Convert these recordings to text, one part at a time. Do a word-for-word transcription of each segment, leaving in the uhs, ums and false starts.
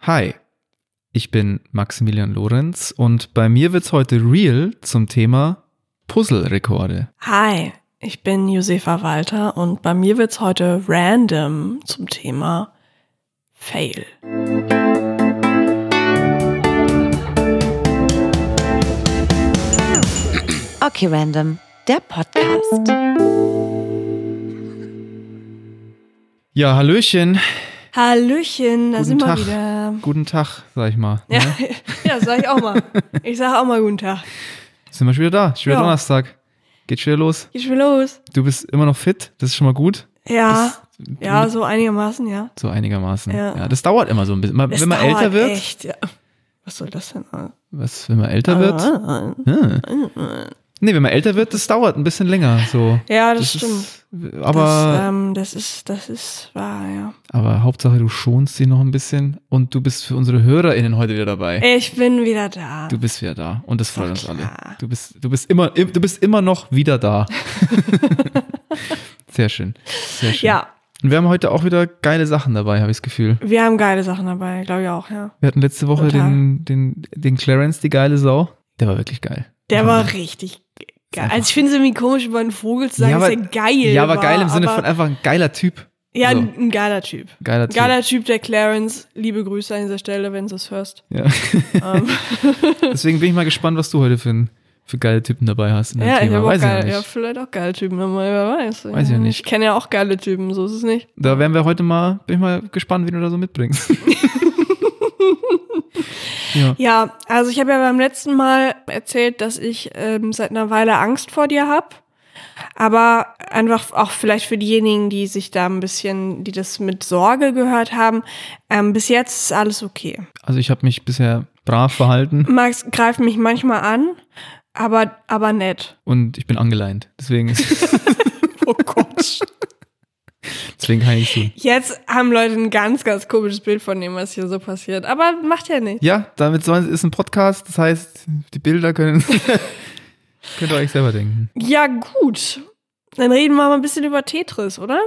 Hi, ich bin Maximilian Lorenz und bei mir wird's heute real zum Thema Puzzle-Rekorde. Hi, ich bin Josefa Walter und bei mir wird's heute random zum Thema Fail. Okay, Random, der Podcast. Ja, Hallöchen. Hallöchen, da Guten sind wir Tag. wieder. Guten Tag, sag ich mal. Ja, Ne? ja, sag ich auch mal. Ich sag auch mal guten Tag. Sind wir schon wieder da? Schon wieder Ja. Donnerstag. Geht schon wieder los. Geht schon los. Du bist immer noch fit, das ist schon mal gut. Ja, Das, ja, so einigermaßen, ja. So einigermaßen. Ja. Ja. Das dauert immer so ein bisschen. Mal, Es wenn man dauert älter wird. Echt, ja. Was soll das denn? Was, wenn man älter wird? Ah, Ah. Nee, wenn man älter wird, das dauert ein bisschen länger. So. Ja, das, Das stimmt. Ist, aber, das, ähm, das ist, das ist wahr, ja. aber Hauptsache, du schonst sie noch ein bisschen und du bist für unsere HörerInnen heute wieder dabei. Ich bin wieder da. Du bist wieder da und das freut Doch, uns alle. klar. Du bist, du bist immer, du bist immer noch wieder da. Sehr schön, sehr schön. Ja, Und wir haben heute auch wieder geile Sachen dabei, habe ich das Gefühl. wir haben geile Sachen dabei, glaube ich auch, ja. Wir hatten letzte Woche Total. den, den, den Clarence, die geile Sau. Der war wirklich geil. Der war richtig geil. einfach- Also ich finde es irgendwie komisch, über einen Vogel zu sagen, Ja, dass aber- er geil Ja, aber war, geil im Sinne aber, von einfach ein geiler Typ. Ja, so. ein, ein geiler Typ. Geiler Typ. Geiler Typ, der Clarence. Liebe Grüße an dieser Stelle, wenn du es hörst. Ja. Ähm, Deswegen bin ich mal gespannt, was du heute für, ein, für geile Typen dabei hast. In dem ja, ich Thema. habe auch Weiß geil, ich ja, noch nicht. vielleicht auch geile Typen, aber wer weiß. Weiß ich ja nicht. Ich kenne ja auch geile Typen, so ist es nicht. Da werden wir heute mal, bin ich mal gespannt, wie du da so mitbringst. ja. Ja, also ich habe ja beim letzten Mal erzählt, dass ich ähm, seit einer Weile Angst vor dir habe. Aber einfach auch vielleicht für diejenigen, die sich da ein bisschen, die das mit Sorge gehört haben, ähm, bis jetzt ist alles okay. Also ich habe mich bisher brav verhalten Max greift mich manchmal an, aber, aber nett. und ich bin angeleint. Deswegen, Oh Gott. deswegen kann ich tun. Jetzt haben Leute ein ganz, ganz komisches Bild von dem, was hier so passiert. Aber macht ja nichts. Ja, damit soll, ist ein Podcast, das heißt, die Bilder können, könnt ihr euch selber denken. Ja, gut. Dann reden wir mal ein bisschen über Tetris, oder?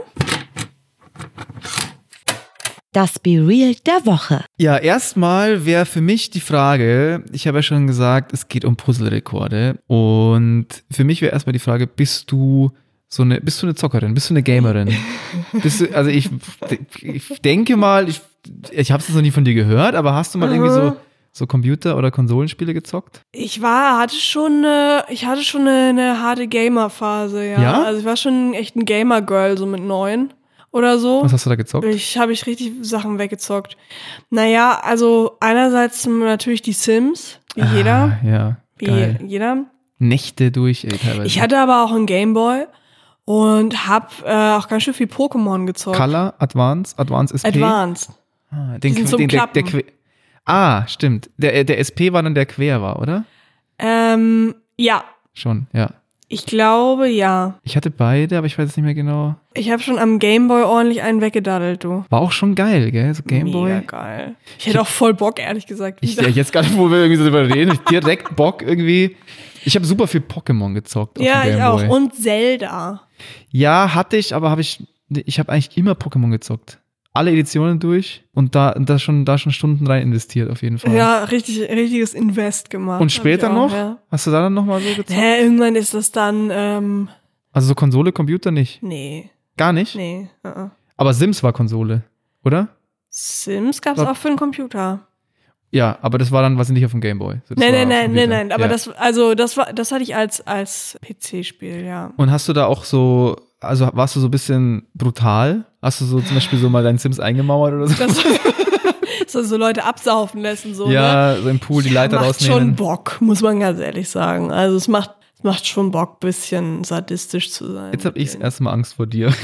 Das Be Real der Woche. Ja, erstmal wäre für mich die Frage, ich habe ja schon gesagt, es geht um Puzzle-Rekorde und für mich wäre erstmal die Frage, bist du so eine, bist du eine Zockerin, bist du eine Gamerin? bist du, also ich, ich denke mal, ich, ich habe es jetzt noch nie von dir gehört, aber hast du mal irgendwie so, so Computer- oder Konsolenspiele gezockt? Ich war, hatte schon eine, ich hatte schon eine, eine harte Gamer-Phase, ja. Ja? Also ich war schon echt ein Gamer-Girl, so mit neun oder so. Was hast du da gezockt? Ich habe ich richtig Sachen weggezockt. Naja, also einerseits natürlich die Sims, wie jeder. Ah, ja, Wie geil. jeder. Nächte durch, ey, teilweise. Ich hatte aber auch einen Gameboy und hab äh, auch ganz schön viel Pokémon gezockt. Color, Advance, Advance S P. Advanced. Ah, den, Die sind Que- zum den, der, der Klappen. Que- Ah, stimmt. Der, der S P war dann der quer war, oder? Ähm, ja, Schon, ja. ich glaube ja. Ich hatte beide, aber ich weiß es nicht mehr genau. Ich habe schon am Gameboy ordentlich einen weggedaddelt, du. War auch schon geil, gell? So Gameboy. Mega geil. Ich hätte auch voll Bock, ehrlich gesagt. Ich wieder. ja, jetzt gar nicht, wo wir irgendwie so drüber reden. Ich direkt Bock irgendwie. Ich habe super viel Pokémon gezockt auf ja, dem ich auch. Gameboy. Und Zelda. Ja, hatte ich, aber habe ich. Ich habe eigentlich immer Pokémon gezockt. Alle Editionen durch und da, da schon, da schon Stunden rein investiert, auf jeden Fall. Ja, richtig, richtiges Invest gemacht. Und später hab ich auch, noch? Ja. Hast du da dann nochmal so gezockt? Hä, irgendwann ist das dann, ähm, Also so Konsole, Computer nicht? nee, Gar nicht? nee. Uh-uh. Aber Sims war Konsole, oder? Sims gab's Glaub- auch für den Computer. Ja, aber das war dann was nicht auf dem Gameboy. So, das Nein, war nein, auf nein, Computer. nein, nein. Aber Ja. das, also, das war, das hatte ich als, als P C-Spiel, ja. Und hast du da auch so, also warst du so ein bisschen brutal? Hast du so zum Beispiel so mal deinen Sims eingemauert oder so? Das, so, so Leute absaufen lassen, so, ne? Ja, so im Pool die Leiter macht rausnehmen. schon Bock, muss man ganz ehrlich sagen. Also es macht, es macht schon Bock, bisschen sadistisch zu sein. Jetzt hab ich erstmal Angst vor dir.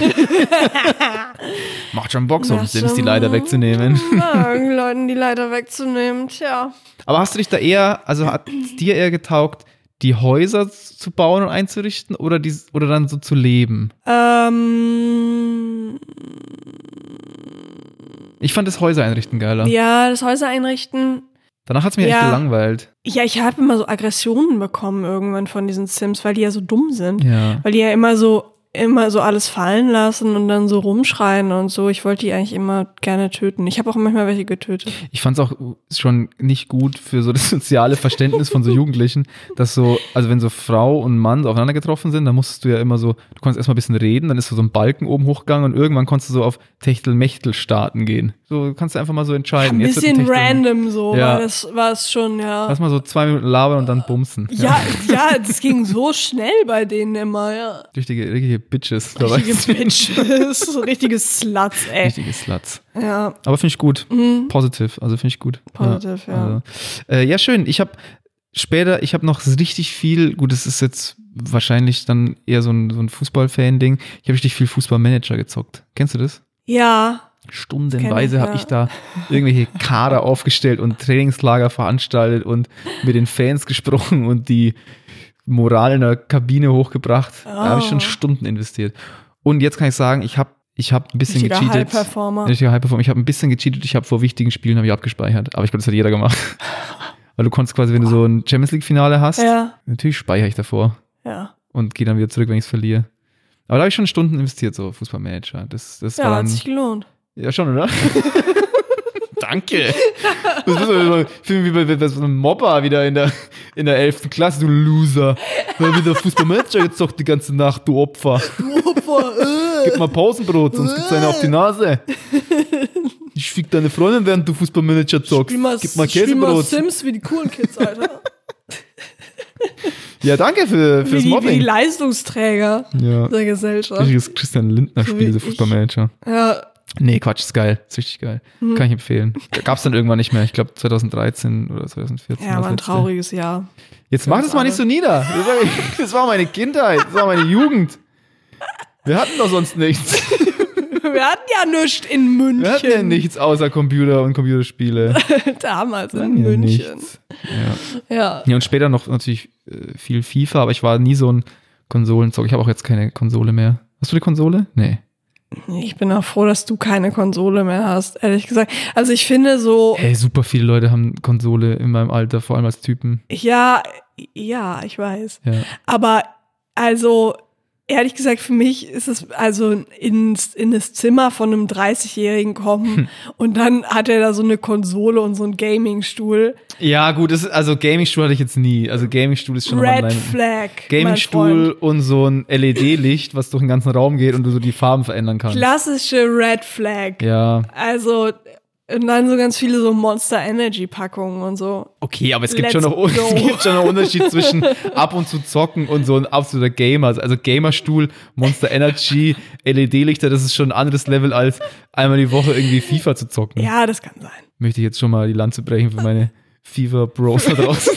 Macht schon Bock, so Macht Sims die schon- Leiter wegzunehmen. Ja, Leuten die Leiter wegzunehmen, tja. Aber hast du dich da eher, also hat es dir eher getaugt, die Häuser zu bauen und einzurichten oder, die, oder dann so zu leben? Ähm, Ich fand das Häuser einrichten geiler. ja, das Häuser einrichten. Danach hat es mir Ja. echt gelangweilt. Ja, ich habe immer so Aggressionen bekommen irgendwann von diesen Sims, weil die ja so dumm sind. Ja. Weil die ja immer so, immer so alles fallen lassen und dann so rumschreien und so. Ich wollte die eigentlich immer gerne töten. Ich habe auch manchmal welche getötet. Ich fand es auch schon nicht gut für so das soziale Verständnis von so Jugendlichen, dass so, also wenn so Frau und Mann so aufeinander getroffen sind, dann musstest du ja immer so, du konntest erstmal ein bisschen reden, dann ist so ein Balken oben hochgegangen und irgendwann konntest du so auf Techtel-Mechtel starten gehen. So kannst du einfach mal so entscheiden. Ein Jetzt wird bisschen ein Techtel- random so, Ja. war das war es schon, ja. Lass mal so zwei Minuten labern und dann bumsen. Ja, ja, das ging so schnell bei denen immer, ja. Richtige, richtige Bitches. dabei. Richtige Bitches, so richtige Sluts, ey. Richtige Sluts. Ja, Aber finde ich gut. Positive, also finde ich gut. Positive, ja. Also, äh, ja, schön. Ich habe später, ich habe noch richtig viel, gut, das ist jetzt wahrscheinlich dann eher so ein, so ein Fußball-Fan-Ding. Ich habe richtig viel Fußball-Manager gezockt. Kennst du das? ja, Stundenweise Kenn ich, habe ja. ich da irgendwelche Kader aufgestellt und Trainingslager veranstaltet und mit den Fans gesprochen und die Moral in der Kabine hochgebracht. Da habe ich schon Oh. Stunden investiert. Und jetzt kann ich sagen, ich habe ich hab ein bisschen richtiger gecheatet. High-Performer. Richtiger High-Performer. Ich habe ein bisschen gecheatet. Ich habe vor wichtigen Spielen habe ich abgespeichert. Aber ich glaube, das hat jeder gemacht. Weil du konntest quasi, wenn du so ein Champions-League-Finale hast, Ja, natürlich speichere ich davor ja. und gehe dann wieder zurück, wenn ich es verliere. Aber da habe ich schon Stunden investiert, so Fußballmanager. Das, das Ja, war hat dann, sich gelohnt. ja, schon, oder? Danke. Das ist so, ich fühle mich wie bei, bei so einem Mobber wieder in der, in der elften Klasse, du Loser. Du hast wieder Fußballmanager gezockt die ganze Nacht, du Opfer. Gib mal Pausenbrot, sonst gibt's eine auf die Nase. Ich fick deine Freundin, während du Fußballmanager zockst. Spiel mal, Gib mal spiel mal Käsebrot. Sims wie die coolen Kids, Alter. Ja, danke für, wie, fürs die, wie die Mobbing. Leistungsträger Ja. der Gesellschaft. Richtiges Christian Lindner-Spiel, So wie diese ich. Fußballmanager. Ja, Nee, Quatsch, ist geil. Ist richtig geil. Mhm. Kann ich empfehlen. Gab's dann irgendwann nicht mehr. Ich glaube zwanzig dreizehn oder zwanzig vierzehn. ja, das war ein letzte. trauriges Jahr. Jetzt mach das mal nicht so nieder. Das war, das war meine Kindheit. Das war meine Jugend. Wir hatten doch sonst nichts. Wir hatten ja nichts in München. Wir hatten ja nichts außer Computer und Computerspiele. Damals Wir in hatten ja München. nichts. Ja. Ja. Ja, und später noch natürlich äh, viel FIFA, aber ich war nie so ein Konsolenzocker. Ich habe auch jetzt keine Konsole mehr. Hast du die Konsole? Nee. Ich bin auch froh, dass du keine Konsole mehr hast, ehrlich gesagt. Also ich finde so, Hey, super viele Leute haben Konsole in meinem Alter, vor allem als Typen. ja, ja, ich weiß. Ja. Aber also, ehrlich gesagt, für mich ist es also ins, in das Zimmer von einem dreißigjährigen kommen Hm. und dann hat er da so eine Konsole und so einen Gaming-Stuhl. Ja, gut, das ist, also Gaming-Stuhl hatte ich jetzt nie. Also Gaming-Stuhl ist schon Red nochmal mein Flag. Gaming-Stuhl und so ein L E D-Licht, was durch den ganzen Raum geht und du so die Farben verändern kannst. Klassische Red Flag. Ja. Also, und dann so ganz viele so Monster Energy Packungen und so. Okay, aber es gibt, Let's schon noch, go. es gibt schon einen Unterschied zwischen ab und zu zocken und so ein absoluter Gamer. Also Gamerstuhl, Monster Energy, L E D-Lichter, das ist schon ein anderes Level als einmal die Woche irgendwie FIFA zu zocken. Ja, das kann sein. Möchte ich jetzt schon mal die Lanze brechen für meine FIFA-Bros da draußen.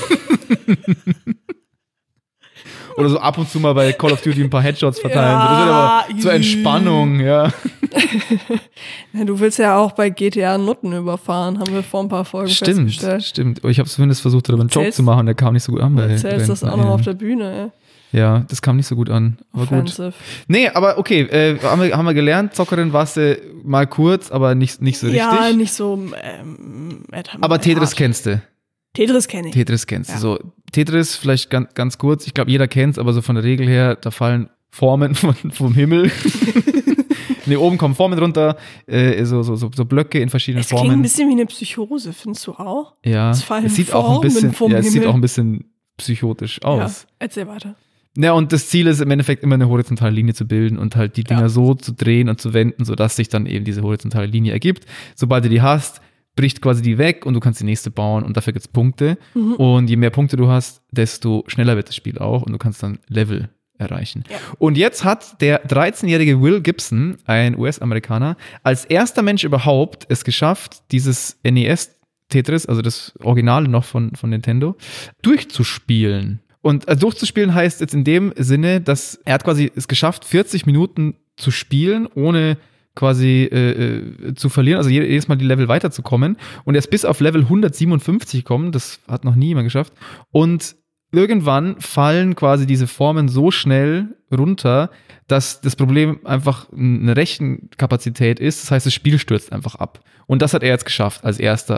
Oder so ab und zu mal bei Call of Duty ein paar Headshots verteilen. Ja, das ist aber zur Entspannung, ja. Ja, du willst ja auch bei G T A Nutten überfahren, haben wir vor ein paar Folgen Stimmt, festgestellt. stimmt. Aber ich habe zumindest versucht, darüber einen Joke Erzählst- zu machen, der kam nicht so gut an. Du Bei erzählst das auch noch ja. auf der Bühne, Ja, das kam nicht so gut an. Aber ey. gut. Offensive. Nee, aber okay, äh, haben, wir, haben wir gelernt, Zockerin warst du mal kurz, aber nicht, nicht so richtig. Ja, nicht so. Ähm, Ed- aber Tetris hart. kennst du. Tetris kenne ich. Tetris kennst du. Ja. So, Tetris, vielleicht ganz, ganz kurz, ich glaube, jeder kennt es, aber so von der Regel her, da fallen Formen von, vom Himmel. Nee, oben kommen Formen runter, äh, so, so, so, so Blöcke in verschiedenen Es klingt Formen. ein bisschen wie eine Psychose, findest du auch? Ja, es fallen es sieht auch ein Formen bisschen, vom ja, es sieht Himmel. auch ein bisschen psychotisch aus. Ja, erzähl weiter. Ja, und das Ziel ist im Endeffekt immer eine horizontale Linie zu bilden und halt die Dinger Ja. so zu drehen und zu wenden, sodass sich dann eben diese horizontale Linie ergibt. Sobald du die hast, bricht quasi die weg und du kannst die nächste bauen und dafür gibt's Punkte. Mhm. Und je mehr Punkte du hast, desto schneller wird das Spiel auch und du kannst dann Level erreichen. Ja. Und jetzt hat der dreizehnjährige Will Gibson, ein U S-Amerikaner, als erster Mensch überhaupt es geschafft, dieses N E S Tetris, also das Originale noch von, von Nintendo, durchzuspielen. Und äh, durchzuspielen heißt jetzt in dem Sinne, dass er hat quasi es geschafft, vierzig Minuten zu spielen, ohne quasi äh, äh, zu verlieren, also jedes Mal die Level weiterzukommen. Und er ist bis auf Level hundertsiebenundfünfzig gekommen, das hat noch nie jemand geschafft. Und irgendwann fallen quasi diese Formen so schnell runter, dass das Problem einfach eine Rechenkapazität ist. Das heißt, das Spiel stürzt einfach ab. Und das hat er jetzt geschafft als erster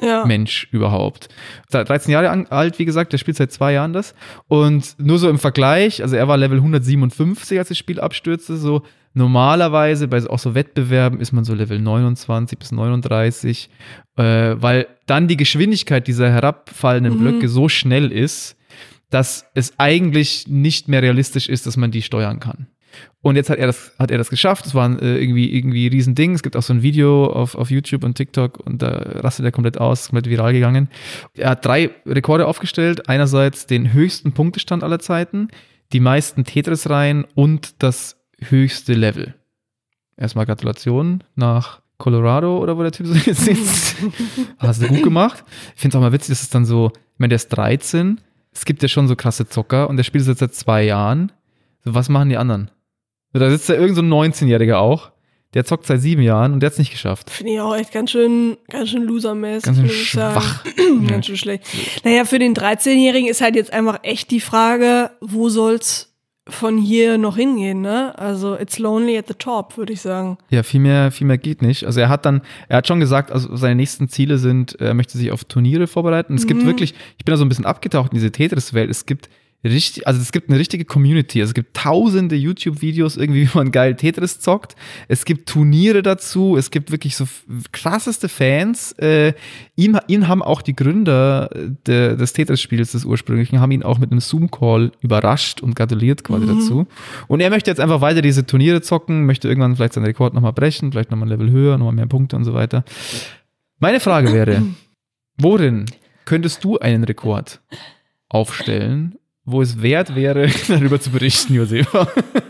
Ja. Mensch überhaupt. dreizehn Jahre alt, wie gesagt, der spielt seit zwei Jahren das. Und nur so im Vergleich, also er war Level hundertsiebenundfünfzig, als das Spiel abstürzte, so normalerweise bei auch so Wettbewerben ist man so Level neunundzwanzig bis neununddreißig, äh, weil dann die Geschwindigkeit dieser herabfallenden Mhm. Blöcke so schnell ist, dass es eigentlich nicht mehr realistisch ist, dass man die steuern kann. Und jetzt hat er das, hat er das geschafft. Es war ein, äh, irgendwie, irgendwie ein Riesending. Es gibt auch so ein Video auf, auf YouTube und TikTok und da rastet er komplett aus, ist komplett viral gegangen. Er hat drei Rekorde aufgestellt. Einerseits den höchsten Punktestand aller Zeiten, die meisten Tetris-Reihen und das höchste Level. Erstmal Gratulation nach Colorado oder wo der Typ so jetzt sitzt. Hast du gut gemacht. Ich finde es auch mal witzig, dass es dann so, ich meine, der ist dreizehn. Es gibt ja schon so krasse Zocker und der spielt es jetzt seit zwei Jahren. So, was machen die anderen? Da sitzt da irgend so ein neunzehnjähriger auch, der zockt seit sieben Jahren und der hat es nicht geschafft. Finde ich auch echt ganz schön, ganz schön losermäßig. Ganz schön muss ich sagen. schwach. Ganz schön schlecht. Naja, für den dreizehnjährigen ist halt jetzt einfach echt die Frage, wo soll's von hier noch hingehen, ne? Also, it's lonely at the top, würde ich sagen. Ja, viel mehr, viel mehr geht nicht. Also er hat dann, er hat schon gesagt, also seine nächsten Ziele sind, er möchte sich auf Turniere vorbereiten. Es Mhm. gibt wirklich, ich bin da so ein bisschen abgetaucht in diese Tetris-Welt, es gibt richtig, also es gibt eine richtige Community, also es gibt tausende YouTube-Videos irgendwie, wie man geil Tetris zockt, es gibt Turniere dazu, es gibt wirklich so f- krasseste Fans, äh, ihn, ihn haben auch die Gründer de, des Tetris-Spiels, des ursprünglichen, haben ihn auch mit einem Zoom-Call überrascht und gratuliert quasi Mhm. dazu und er möchte jetzt einfach weiter diese Turniere zocken, möchte irgendwann vielleicht seinen Rekord nochmal brechen, vielleicht nochmal ein Level höher, nochmal mehr Punkte und so weiter. Meine Frage wäre, worin könntest du einen Rekord aufstellen, wo es wert wäre, darüber zu berichten, Josefa?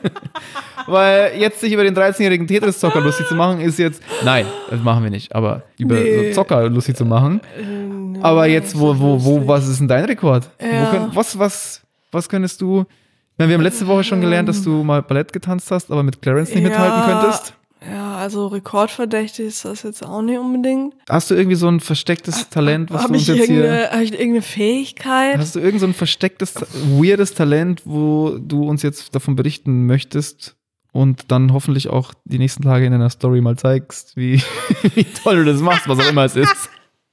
Weil jetzt sich über den dreizehnjährigen Tetris-Zocker lustig zu machen, ist jetzt, nein, das machen wir nicht, aber über Nee. so Zocker lustig zu machen. Ähm, Aber ja, jetzt, ist wo, doch wo, wo, lustig. was ist denn dein Rekord? Ja. Wo könnt, was, was, was könntest du, ich meine, wir haben letzte Woche schon gelernt, dass du mal Ballett getanzt hast, aber mit Clarence nicht Ja. mithalten könntest. Ja, also rekordverdächtig ist das jetzt auch nicht unbedingt. Hast du irgendwie so ein verstecktes Talent, was Habe du uns ich, jetzt hier... irgendeine, hab ich irgendeine Fähigkeit? Hast du irgend so ein verstecktes, weirdes Talent, wo du uns jetzt davon berichten möchtest und dann hoffentlich auch die nächsten Tage in deiner Story mal zeigst, wie, wie toll du das machst, was auch immer es ist?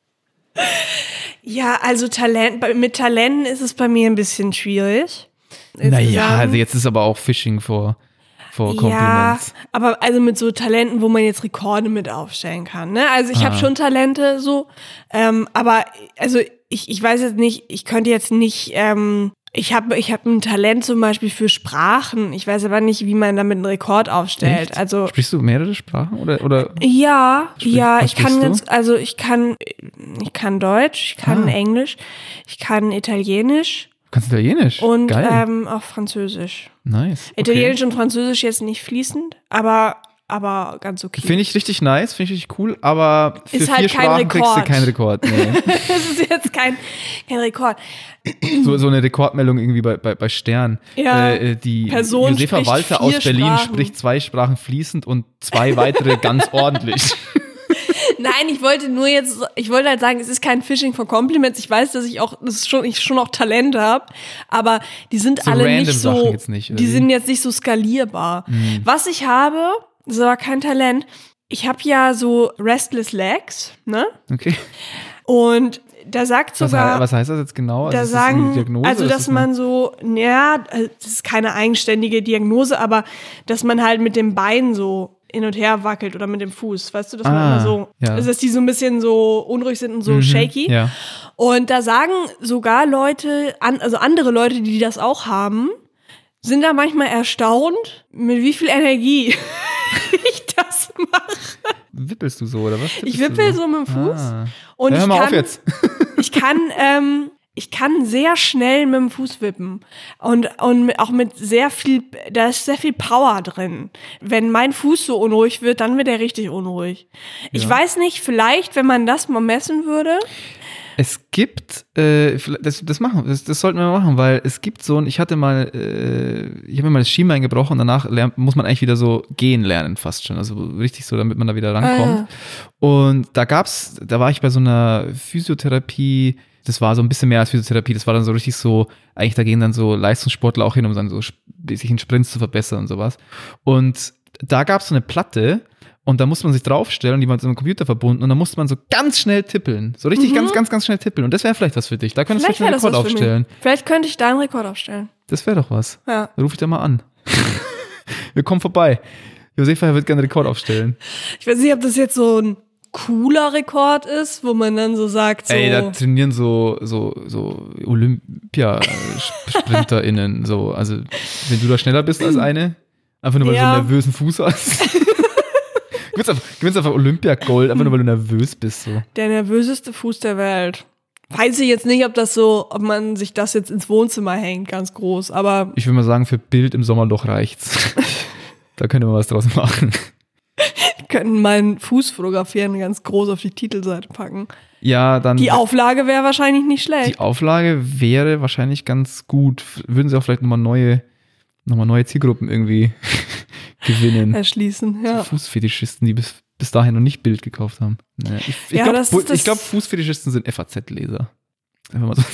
Ja, also Talent, bei- mit Talenten ist es bei mir ein bisschen schwierig. Naja, Insgesamt. also jetzt ist aber auch Fishing for, for Ja, Compliments. aber also mit so Talenten, wo man jetzt Rekorde mit aufstellen kann. Ne? Also ich Ah. habe schon Talente so, ähm, aber also ich, ich weiß jetzt nicht, ich könnte jetzt nicht, ähm, ich habe ich hab ein Talent zum Beispiel für Sprachen. Ich weiß aber nicht, wie man damit einen Rekord aufstellt. Echt? Also Sprichst du mehrere Sprachen oder, oder? ja, Sprich- ja, was ich kann sprichst du? ganz, also ich kann, ich kann Deutsch, ich kann Ah. Englisch, ich kann Italienisch Kannst du Italienisch? und Geil. ähm, auch Französisch. Nice. Okay. Italienisch und Französisch jetzt nicht fließend, aber, aber ganz okay. Finde ich richtig nice, finde ich richtig cool, aber für Ist vier halt kein Sprachen kriegst du Rekord. keinen Rekord. Nee. Das ist jetzt kein, kein Rekord. so, so eine Rekordmeldung irgendwie bei, bei, bei Stern. Ja. Äh, die Person Josefa spricht Walter vier aus Berlin Sprachen. spricht zwei Sprachen fließend und zwei weitere ganz ordentlich. Nein, ich wollte nur jetzt, ich wollte halt sagen, es ist kein Fishing for Compliments. Ich weiß, dass ich auch, das ist schon, ich schon auch Talente habe, aber die sind So alle random nicht so, Sachen jetzt nicht, oder die wie? sind jetzt nicht so skalierbar. Mhm. Was ich habe, das ist aber kein Talent. Ich habe ja so Restless Legs, ne? Okay. Und da sagt Was, sogar, he- was heißt das jetzt genau? Also da ist das eine sagen, Diagnose? also Ist dass das eine- man so, ja, also das ist keine eigenständige Diagnose, aber dass man halt mit dem Bein so hin und her wackelt oder mit dem Fuß, weißt du, dass man Ah, immer so, ja. also dass die so ein bisschen so unruhig sind und so Mhm, shaky. Ja. Und da sagen sogar Leute, an, also andere Leute, die das auch haben, sind da manchmal erstaunt, mit wie viel Energie ich das mache. Wippelst du so, oder was? Ich Tippelst du wippel so mit dem Fuß. Ah. Und Ja, hör ich mal kann, auf jetzt. ich kann, ähm, ich kann sehr schnell mit dem Fuß wippen und, und mit- auch mit sehr viel, da ist sehr viel Power drin. Wenn mein Fuß so unruhig wird, dann wird er richtig unruhig. Ich Ja. weiß nicht, vielleicht, wenn man das mal messen würde. Es gibt, äh, vielleicht- das, das machen, das, das sollten wir mal machen, weil es gibt so ein, ich hatte mal, äh, ich habe mir mal das Schienbein gebrochen und danach lernt, muss man eigentlich wieder so gehen lernen fast schon, also richtig so, damit man da wieder rankommt. Ah, Und da gab's, da war ich bei so einer Physiotherapie, das war so ein bisschen mehr als Physiotherapie, das war dann so richtig so, eigentlich da gehen dann so Leistungssportler auch hin, um dann so sp- sich in Sprints zu verbessern und sowas. Und da gab's so eine Platte Und da musste man sich draufstellen, die waren mit einem Computer verbunden und dann musste man so ganz schnell tippeln. So richtig mhm. ganz, ganz, ganz schnell tippeln. Und das wäre vielleicht was für dich. Da könntest du einen Rekord aufstellen. Vielleicht könnte ich da einen Rekord aufstellen. Das wäre doch was. Ja. Da ruf ich da mal an. Wir kommen vorbei. Josefa wird gerne einen Rekord aufstellen. Ich weiß nicht, ob das jetzt so ein cooler Rekord ist, wo man dann so sagt, so. Ey, da trainieren so, so, so Olympia-SprinterInnen. so. Also, wenn du da schneller bist als eine, einfach nur, weil ja. du so einen nervösen Fuß hast. Du gewinnst einfach, gewinnst einfach Olympia-Gold, einfach nur, weil du nervös bist. So. Der nervöseste Fuß der Welt. Weiß ich jetzt nicht, ob das so, ob man sich das jetzt ins Wohnzimmer hängt, ganz groß, aber. Ich würde mal sagen, für Bild im Sommerloch reicht's. Da könnte man was draus machen. Die könnten meinen Fuß fotografieren und ganz groß auf die Titelseite packen. Ja, dann. Die Auflage wäre wahrscheinlich nicht schlecht. Die Auflage wäre wahrscheinlich ganz gut. Würden sie auch vielleicht nochmal neue, nochmal neue Zielgruppen irgendwie gewinnen. Erschließen, ja. So Fußfetischisten, die bis, bis dahin noch nicht Bild gekauft haben. Naja, ich ich ja, glaube, glaub, Fußfetischisten sind F A Z-Leser. Einfach mal so.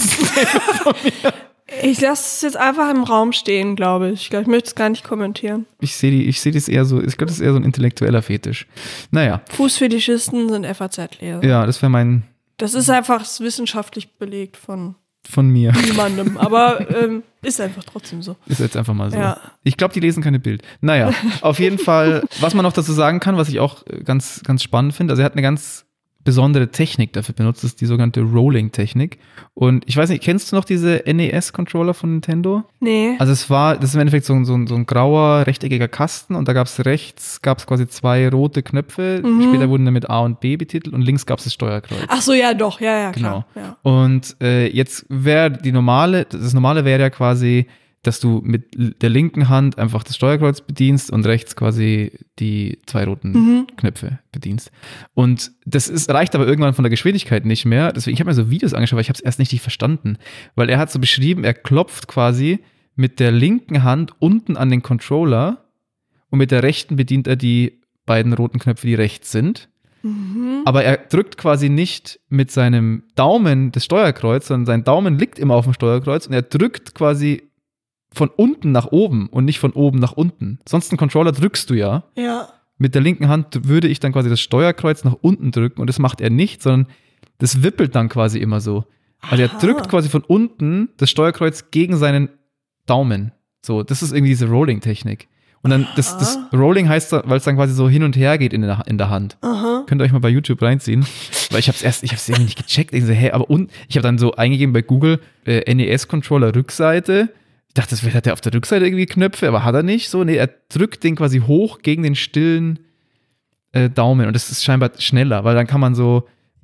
Ich lasse es jetzt einfach im Raum stehen, glaube ich. Ich glaube, ich möchte es gar nicht kommentieren. Ich sehe ich seh das eher so, ich glaube, das ist eher so ein intellektueller Fetisch. Naja. Fußfetischisten sind F A Z-Leser. Ja, das wäre mein. Das ist einfach wissenschaftlich belegt von. Von mir. Niemandem, aber ähm, ist einfach trotzdem so. Ist jetzt einfach mal so. Ja. Ich glaube, die lesen keine Bild. Naja, auf jeden Fall, was man noch dazu sagen kann, was ich auch ganz, ganz spannend finde, also er hat eine ganz besondere Technik dafür benutzt, das ist die sogenannte Rolling-Technik. Und ich weiß nicht, kennst du noch diese N E S-Controller von Nintendo? Nee. Also es war, das ist im Endeffekt so ein, so ein, so ein grauer, rechteckiger Kasten und da gab es rechts, gab es quasi zwei rote Knöpfe, mhm. später wurden dann mit A und B betitelt und links gab es das Steuerkreuz. Ach so, ja doch, ja, ja, klar. Genau. Ja. Und äh, jetzt wäre die normale, das normale wäre ja quasi, dass du mit der linken Hand einfach das Steuerkreuz bedienst und rechts quasi die zwei roten mhm. Knöpfe bedienst. Und das ist, reicht aber irgendwann von der Geschwindigkeit nicht mehr. Deswegen, ich habe mir so Videos angeschaut, weil ich habe es erst nicht verstanden. Weil er hat so beschrieben, er klopft quasi mit der linken Hand unten an den Controller und mit der rechten bedient er die beiden roten Knöpfe, die rechts sind. Mhm. Aber er drückt quasi nicht mit seinem Daumen das Steuerkreuz, sondern sein Daumen liegt immer auf dem Steuerkreuz und er drückt quasi von unten nach oben und nicht von oben nach unten. Sonst einen Controller drückst du ja. Ja. Mit der linken Hand würde ich dann quasi das Steuerkreuz nach unten drücken und das macht er nicht, sondern das wippelt dann quasi immer so. Also er drückt quasi von unten das Steuerkreuz gegen seinen Daumen. So, das ist irgendwie diese Rolling-Technik. Und dann, das, das Rolling heißt, weil es dann quasi so hin und her geht in der, in der Hand. Aha. Könnt ihr euch mal bei YouTube reinziehen. Weil ich hab's erst, ich hab's irgendwie nicht gecheckt. Ich so, hä, aber und, ich habe dann so eingegeben bei Google, äh, N E S-Controller Rückseite. Ich dachte, das hat er auf der Rückseite irgendwie Knöpfe, aber hat er nicht so. Nee, er drückt den quasi hoch gegen den stillen äh, Daumen. Und das ist scheinbar schneller, weil dann kann man so,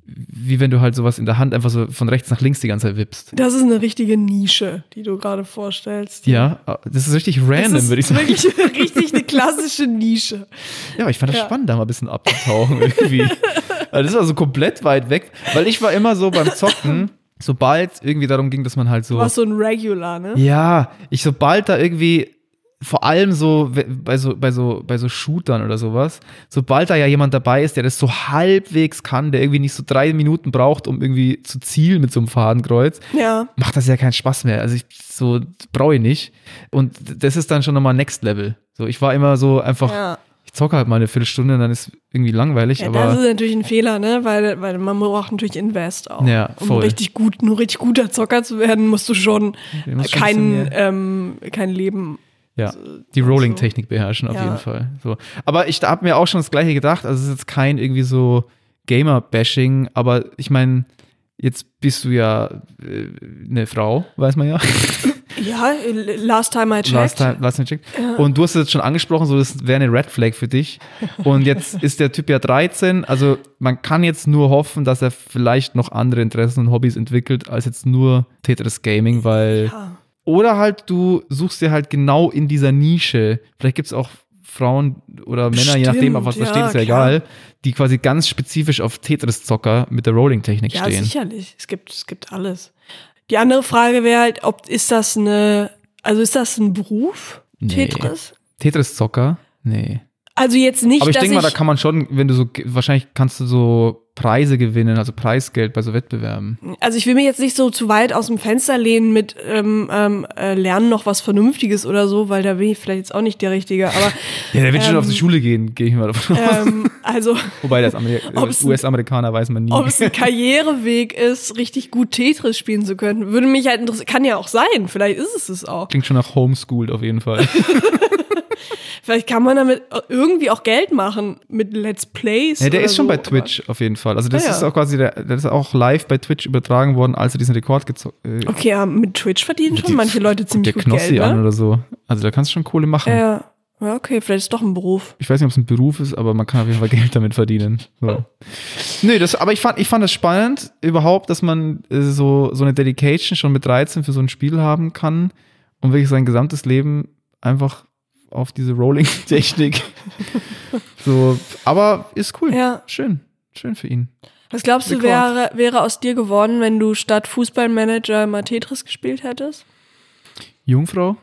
wie wenn du halt sowas in der Hand einfach so von rechts nach links die ganze Zeit wippst. Das ist eine richtige Nische, die du gerade vorstellst. Ja, das ist richtig random, würde ich sagen. Das ist wirklich richtig eine klassische Nische. Ja, aber ich fand das ja. spannend, da mal ein bisschen abzutauchen irgendwie. Also das war so komplett weit weg, weil ich war immer so beim Zocken, sobald irgendwie darum ging, dass man halt so. Du warst so ein Regular, ne? Ja, ich sobald da irgendwie, vor allem so bei so, bei so, bei so Shootern oder sowas, sobald da ja jemand dabei ist, der das so halbwegs kann, der irgendwie nicht so drei Minuten braucht, um irgendwie zu zielen mit so einem Fadenkreuz, ja. macht das ja keinen Spaß mehr. Also ich, so brauche ich nicht. Und das ist dann schon nochmal Next Level. So, ich war immer so einfach. Ja. Ich zocke halt mal eine Viertelstunde und dann ist irgendwie langweilig. Ja, aber das ist natürlich ein Fehler, ne? Weil, weil man braucht natürlich Invest auch. Ja, voll. Um richtig gut, nur richtig guter Zocker zu werden, musst du schon, musst kein, schon ähm, kein Leben. Ja, die Rolling-Technik beherrschen auf ja. jeden Fall. So. Aber ich habe mir auch schon das Gleiche gedacht. Also es ist jetzt kein irgendwie so Gamer-Bashing, aber ich meine, jetzt bist du ja äh, eine Frau, weiß man ja. Ja, last time I checked. Last time, last time I checked. Ja. Und du hast es jetzt schon angesprochen, so das wäre eine Red Flag für dich. Und jetzt ist der Typ ja dreizehn, also man kann jetzt nur hoffen, dass er vielleicht noch andere Interessen und Hobbys entwickelt, als jetzt nur Tetris Gaming, weil ja. Oder halt du suchst dir halt genau in dieser Nische, vielleicht gibt es auch Frauen oder Männer, Stimmt, je nachdem, auf was da ja, steht, ist ja klar. egal, die quasi ganz spezifisch auf Tetris-Zocker mit der Rolling-Technik ja, stehen. Ja, sicherlich. Es gibt, es gibt alles. Die andere Frage wäre halt, ob ist das eine, also ist das ein Beruf? Nee. Tetris? Tetris-Zocker? Nee. Also jetzt nicht, Aber ich dass denke mal, da kann man schon, wenn du so, wahrscheinlich kannst du so Preise gewinnen, also Preisgeld bei so Wettbewerben. Also ich will mich jetzt nicht so zu weit aus dem Fenster lehnen mit ähm, ähm, äh, lernen noch was Vernünftiges oder so, weil da bin ich vielleicht jetzt auch nicht der Richtige. Aber ja, der wird ähm, schon auf die Schule gehen, gehe ich mal davon aus. Ähm, also Wobei, das Ameri- U S-Amerikaner weiß man nie. Ob es ein Karriereweg ist, richtig gut Tetris spielen zu können, würde mich halt interessieren. Kann ja auch sein, vielleicht ist es es auch. Klingt schon nach Homeschooled auf jeden Fall. Vielleicht kann man damit irgendwie auch Geld machen mit Let's Plays. Ja, der oder ist schon so, bei Twitch auf jeden Fall. Also das Ah, ja. ist auch quasi, der, das ist auch live bei Twitch übertragen worden, als er diesen Rekord gezogen hat. Äh, Okay, ja, mit Twitch verdienen schon manche Leute ziemlich der gut Knossi Geld, an ne? oder so. Also da kannst du schon Kohle machen. Ja. Ja, okay, vielleicht ist es doch ein Beruf. Ich weiß nicht, ob es ein Beruf ist, aber man kann auf jeden Fall Geld damit verdienen. So. Nö, das, aber ich fand, ich fand das spannend, überhaupt, dass man äh, so, so eine Dedication schon mit dreizehn für so ein Spiel haben kann und wirklich sein gesamtes Leben einfach auf diese Rolling-Technik. So, aber ist cool. Ja. Schön. Schön für ihn. Was glaubst du, Rekord. wäre, wäre aus dir geworden, wenn du statt Fußballmanager mal Tetris gespielt hättest? Jungfrau?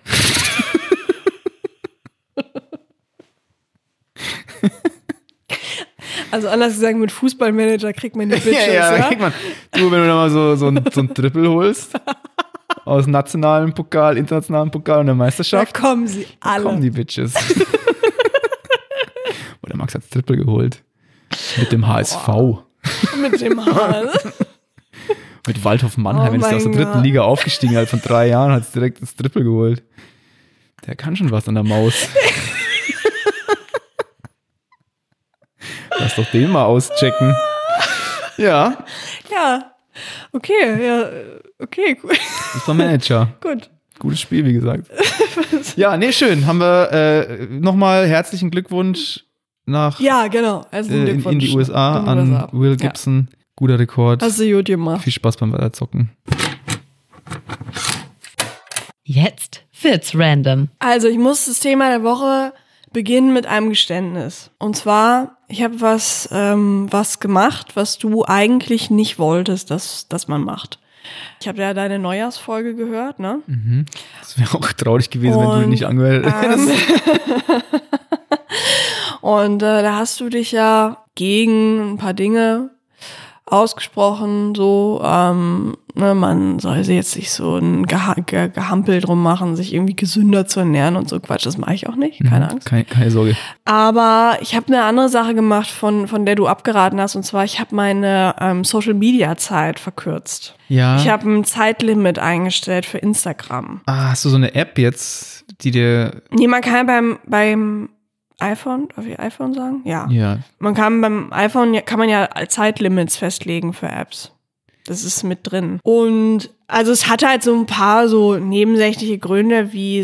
Also anders gesagt, mit Fußballmanager kriegt man die Bitches, ja, ja, ja? da kriegt man. Du, wenn du da mal so, so, ein, so ein Triple holst, aus nationalem Pokal, internationalem Pokal und der Da Meisterschaft, kommen sie alle. kommen die Bitches. Oder Max hat's Triple geholt. Mit dem H S V. Mit dem Haar. Mit Waldhof Mannheim, Oh wenn es aus der mein dritten Gott. Liga aufgestiegen halt von drei Jahren, hat es direkt das Triple geholt. Der kann schon was an der Maus. Lass doch den mal auschecken. Ja, Ja. Okay, ja, okay, cool. das war Manager. Gut. Gutes Spiel, wie gesagt. Ja, nee, schön. Haben wir äh, nochmal herzlichen Glückwunsch nach Ja, genau. Also äh, in, in die U S A an Will Gibson. Ja. Guter Rekord. Hast du gut gemacht. Viel Spaß beim Weiterzocken. Jetzt wird's random. Also ich muss das Thema der Woche beginnen mit einem Geständnis. Und zwar, ich habe was, ähm, was gemacht, was du eigentlich nicht wolltest, dass, dass man macht. Ich habe ja deine Neujahrsfolge gehört, ne? Mhm. Das wäre auch traurig gewesen, Und, wenn du ihn nicht angemeldet hättest. Ähm, und äh, da hast du dich ja gegen ein paar Dinge ausgesprochen, so, ähm, ne, man soll sich jetzt nicht so ein Geha- Ge- Gehampel drum machen, sich irgendwie gesünder zu ernähren und so Quatsch, das mache ich auch nicht, keine Mhm. Angst. Keine, keine Sorge. Aber ich habe eine andere Sache gemacht, von, von der du abgeraten hast, und zwar, ich habe meine ähm, Social-Media-Zeit verkürzt. Ja. Ich habe ein Zeitlimit eingestellt für Instagram. Ah, hast du so eine App jetzt, die dir. Nee, man kann beim, beim iPhone, darf ich iPhone sagen? Ja. Ja. Man kann beim iPhone, ja- kann man ja Zeitlimits festlegen für Apps. Das ist mit drin. Und also es hat halt so ein paar so nebensächliche Gründe wie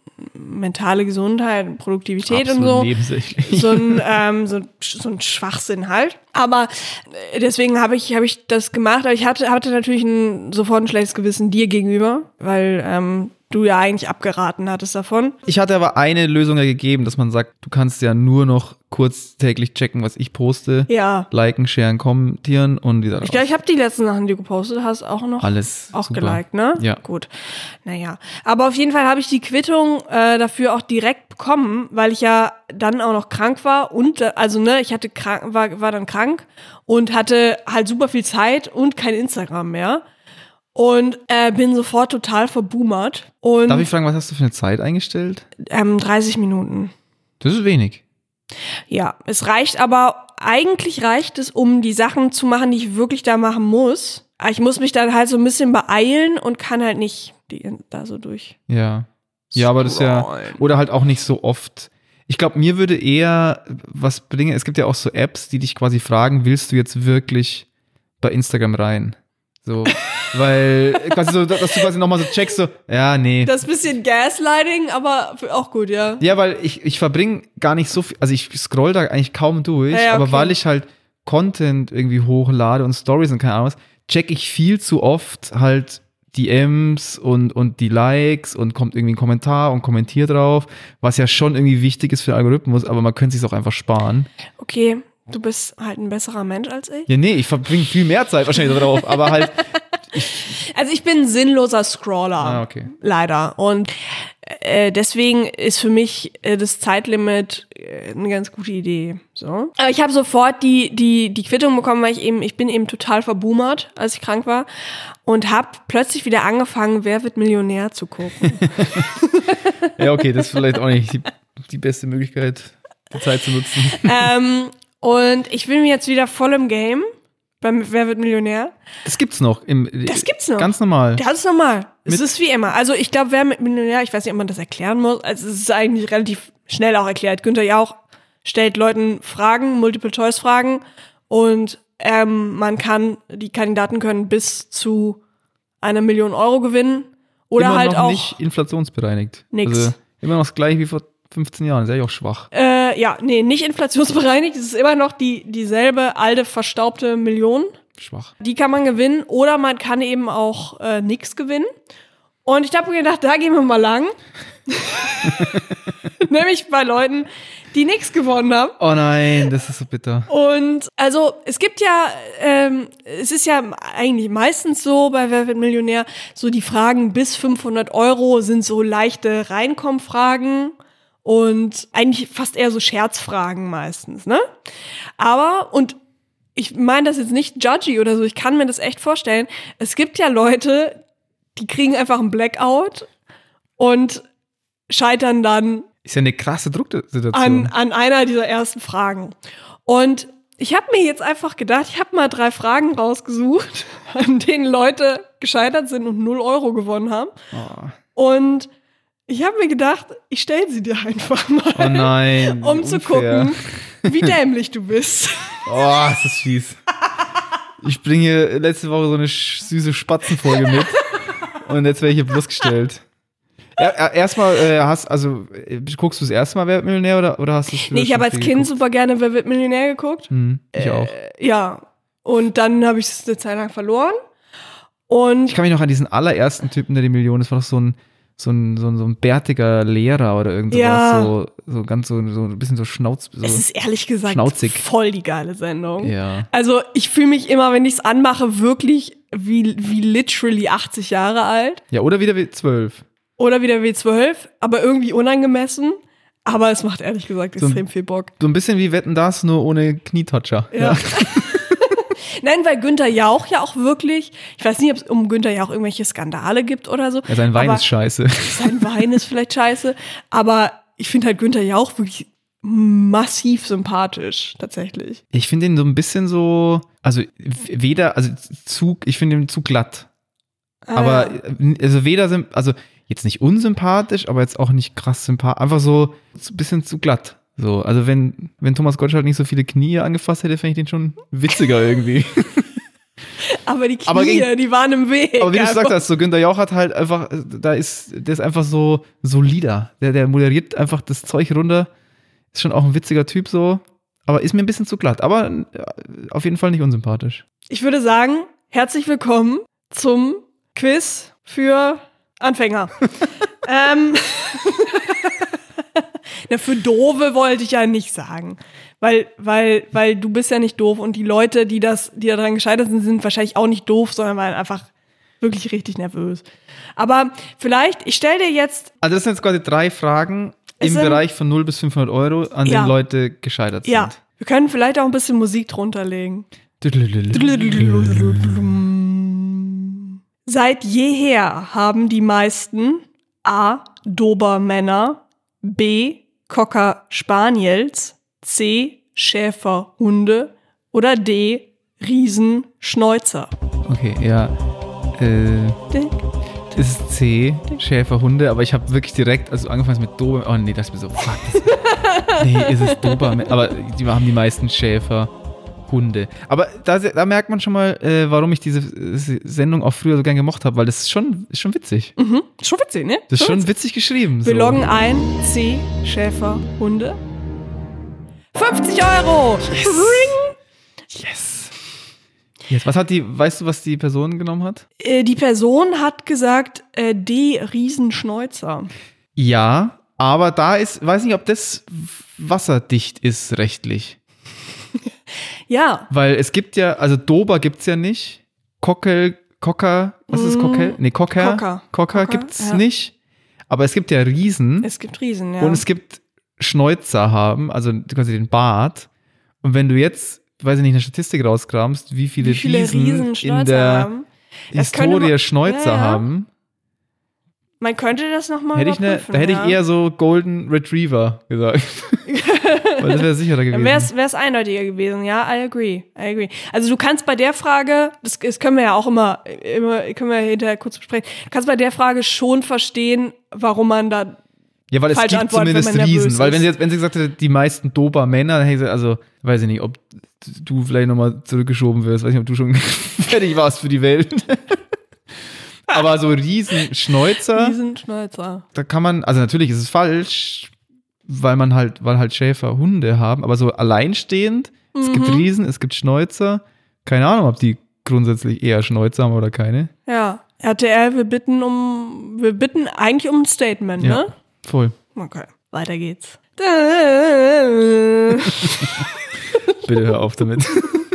mentale Gesundheit, Produktivität Absolut und so. nebensächlich. So ein, ähm, so, so ein Schwachsinn halt. Aber äh, deswegen habe ich, hab ich das gemacht. Aber ich hatte, hatte natürlich ein, sofort ein schlechtes Gewissen dir gegenüber, weil ähm, du ja eigentlich abgeraten hattest davon. Ich hatte aber eine Lösung ja gegeben, dass man sagt, du kannst ja nur noch kurz täglich checken, was ich poste. Ja. Liken, sharen, kommentieren und wieder Ich glaube, ich habe die letzten Sachen, die du gepostet hast, auch noch alles auch super. geliked, ne? Ja. Gut. Naja. Aber auf jeden Fall habe ich die Quittung äh, dafür auch direkt bekommen, weil ich ja dann auch noch krank war und, äh, also ne, ich hatte krank, war, war dann krank und hatte halt super viel Zeit und kein Instagram mehr. Und äh, bin sofort total verboomert. Und Darf ich fragen, was hast du für eine Zeit eingestellt? ähm, dreißig Minuten. Das ist wenig. Ja, es reicht aber, eigentlich reicht es, um die Sachen zu machen, die ich wirklich da machen muss. Aber ich muss mich dann halt so ein bisschen beeilen und kann halt nicht die, da so durch. Ja. Ja, aber das ist ja, Scrollen. oder halt auch nicht so oft. Ich glaube, mir würde eher was bringen, es gibt ja auch so Apps, die dich quasi fragen, willst du jetzt wirklich bei Instagram rein? So, weil quasi so, dass du quasi nochmal so checkst, so, ja, nee. Das bisschen Gaslighting, aber auch gut, ja. Ja, weil ich, ich verbringe gar nicht so viel, also ich scroll da eigentlich kaum durch, Ja, ja, aber okay. weil ich halt Content irgendwie hochlade und Stories und keine Ahnung was, check ich viel zu oft halt die D Ms und, und die Likes und kommt irgendwie ein Kommentar und kommentiert drauf, was ja schon irgendwie wichtig ist für den Algorithmus, aber man könnte es sich auch einfach sparen. Okay, du bist halt ein besserer Mensch als ich. Ja, nee, ich verbringe viel mehr Zeit wahrscheinlich drauf, aber halt, Also ich bin ein sinnloser Scroller. ah, okay. Leider. Und äh, deswegen ist für mich äh, das Zeitlimit äh, eine ganz gute Idee. So. Aber ich habe sofort die, die, die Quittung bekommen, weil ich eben, ich bin eben total verboomert, als ich krank war. Und habe plötzlich wieder angefangen, Wer wird Millionär zu gucken. Ja, okay, das ist vielleicht auch nicht die, die beste Möglichkeit, die Zeit zu nutzen. ähm, und ich bin jetzt wieder voll im Game beim Wer wird Millionär. Das gibt's noch. Im, Das gibt's noch. Ganz normal. Das ist normal. Es Mit- ist wie immer. Also ich glaube, Wer wird Millionär, ich weiß nicht, ob man das erklären muss. Also es ist eigentlich relativ schnell auch erklärt. Günther Jauch stellt Leuten Fragen, Multiple-Choice-Fragen und ähm, man kann, die Kandidaten können bis zu einer Million Euro gewinnen oder immer halt noch auch nicht inflationsbereinigt. nix. Also immer noch das gleiche wie vor fünfzehn Jahren. Ist ja auch schwach. Äh, ja, nee, nicht inflationsbereinigt. Es ist immer noch die dieselbe alte, verstaubte Million. Schwach. Die kann man gewinnen oder man kann eben auch äh, nix gewinnen. Und ich habe mir gedacht, da gehen wir mal lang. Nämlich bei Leuten, die nix gewonnen haben. Oh nein, das ist so bitter. Und also es gibt ja, ähm, es ist ja eigentlich meistens so bei Wer wird Millionär, so die Fragen bis fünfhundert Euro sind so leichte Reinkommfragen und eigentlich fast eher so Scherzfragen meistens, ne? Aber, und ich meine das jetzt nicht judgy oder so, ich kann mir das echt vorstellen, es gibt ja Leute, die kriegen einfach einen Blackout und scheitern dann Ist ja eine krasse Drucksituation. an, an einer dieser ersten Fragen. Und ich habe mir jetzt einfach gedacht, ich habe mal drei Fragen rausgesucht, an denen Leute gescheitert sind und null Euro gewonnen haben. Oh. Und ich habe mir gedacht, ich stelle sie dir einfach mal, Oh nein. um zu unfair. gucken, wie dämlich du bist. Oh, ist das fies. Ich bringe letzte Woche so eine sch- süße Spatzenfolge mit und jetzt werde ich hier bloßgestellt. Ja, erstmal, äh, hast, also, äh, guckst du das erste Mal Wer wird Millionär oder, oder hast du es Nee, ich habe als Kind super gerne Wer wird Millionär geguckt. Hm, ich auch. Äh, ja. Und dann habe ich es eine Zeit lang verloren. Und Ich kann mich noch an diesen allerersten Typen, der die Million, das war doch so ein, so ein, so ein, so ein bärtiger Lehrer oder irgend sowas, Ja. so, so ganz so, so ein bisschen so Schnauz. So. es ist ehrlich gesagt schnauzig. voll die geile Sendung. Ja. Also ich fühle mich immer, wenn ich es anmache, wirklich wie, wie literally achtzig Jahre alt. Ja, oder wieder wie zwölf. Oder wieder W zwölf, aber irgendwie unangemessen. Aber es macht ehrlich gesagt So- extrem viel Bock. So ein bisschen wie Wetten, das, nur ohne Knietoucher. Ja. Nein, weil Günther Jauch ja auch wirklich, ich weiß nicht, ob es um Günther Jauch irgendwelche Skandale gibt oder so. Ja, sein Wein aber ist scheiße. Sein Wein ist vielleicht scheiße. Aber ich finde halt Günther Jauch wirklich massiv sympathisch, tatsächlich. Ich finde ihn so ein bisschen so, also weder, also zu, ich finde ihn zu glatt. Ah, Aber ja. also weder, sym- also jetzt nicht unsympathisch, aber jetzt auch nicht krass sympathisch. Einfach so ein bisschen zu glatt. So, also wenn, wenn Thomas Gottschalk nicht so viele Knie angefasst hätte, fände ich den schon witziger irgendwie. Aber die Knie, Aber gegen- die waren im Weg. Aber wie du Also, gesagt hast, so Günther Jauch hat halt einfach, da ist, der ist einfach so solider. Der, der moderiert einfach das Zeug runter. Ist schon auch ein witziger Typ so. Aber ist mir ein bisschen zu glatt. Aber äh, auf jeden Fall nicht unsympathisch. Ich würde sagen, herzlich willkommen zum Quiz für Anfänger. ähm, Na, für Doofe wollte ich ja nicht sagen. Weil, weil, weil du bist ja nicht doof und die Leute, die das, die daran gescheitert sind, sind wahrscheinlich auch nicht doof, sondern waren einfach wirklich richtig nervös. Aber vielleicht, ich stelle dir jetzt, Also das sind jetzt quasi drei Fragen Es im sind- Bereich von null bis fünfhundert Euro, an Ja. denen Leute gescheitert ja, sind. wir können vielleicht auch ein bisschen Musik drunter legen. Seit jeher haben die meisten A. Dobermänner, B. Cocker Spaniels, C. Schäferhunde oder D. Riesenschnäuzer. Okay, ja. Äh, das ist C, Schäferhunde, aber ich habe wirklich direkt, also angefangen mit Dober, oh nee, das ist mir so, fuck. Das, nee, ist es Dobermann, aber die haben die meisten Schäferhunde. Aber da, da merkt man schon mal, äh, warum ich diese äh, Sendung auch früher so gern gemocht habe, weil das ist schon, ist schon witzig. Mhm. Schon witzig, ne? Das ist schon witzig geschrieben. Wir so. loggen ein, C. Schäferhunde. fünfzig Euro! Ring! Yes. Yes. Was hat die, weißt du, was die Person genommen hat? Äh, die Person hat gesagt, äh, D. Riesenschnäuzer. Ja, aber da ist, weiß nicht, ob das wasserdicht ist rechtlich. Ja. Weil es gibt ja, also Dober gibt's ja nicht. Cockel, Cocker, was ist Mm. Cockel? Nee, Cocker. Cocker. Cocker Cocker, gibt's ja. nicht. Aber es gibt ja Riesen Es gibt Riesen, ja. und es gibt Schnäuzer haben, also quasi den Bart. Und wenn du jetzt, weiß ich nicht, eine Statistik rauskramst, wie viele, Wie viele Riesen, Riesen in Schnäuzer der haben. Das könnte Historie man- Schnäuzer ja, ja. haben, Man könnte das nochmal hätte ich ne, überprüfen. da hätte ja. ich eher so Golden Retriever gesagt. Weil das wäre sicherer gewesen. Dann wäre es eindeutiger gewesen, ja, I agree, I agree. Also du kannst bei der Frage, das, das können wir ja auch immer, immer, können wir hinterher kurz besprechen, du kannst bei der Frage schon verstehen, warum man da Ja, weil es falsche gibt Antwort, zumindest wenn man nervös Riesen. Weil wenn ist. sie jetzt, wenn sie gesagt hätte, die meisten Dober-Männer, dann hätte ich gesagt, also, weiß ich nicht, ob du vielleicht nochmal zurückgeschoben wirst, weiß nicht, ob du schon fertig warst für die Welt. Aber so Riesenschnäuzer, Riesenschnäuzer. da kann man, also natürlich ist es falsch, weil man halt, weil halt Schäfer Hunde haben, aber so alleinstehend, es Mhm. gibt Riesen, es gibt Schnäuzer, keine Ahnung, ob die grundsätzlich eher Schnäuzer haben oder keine. Ja, R T L, wir bitten um, wir bitten eigentlich um ein Statement, Ja. ne? Voll. Okay, weiter geht's. Bitte hör auf damit.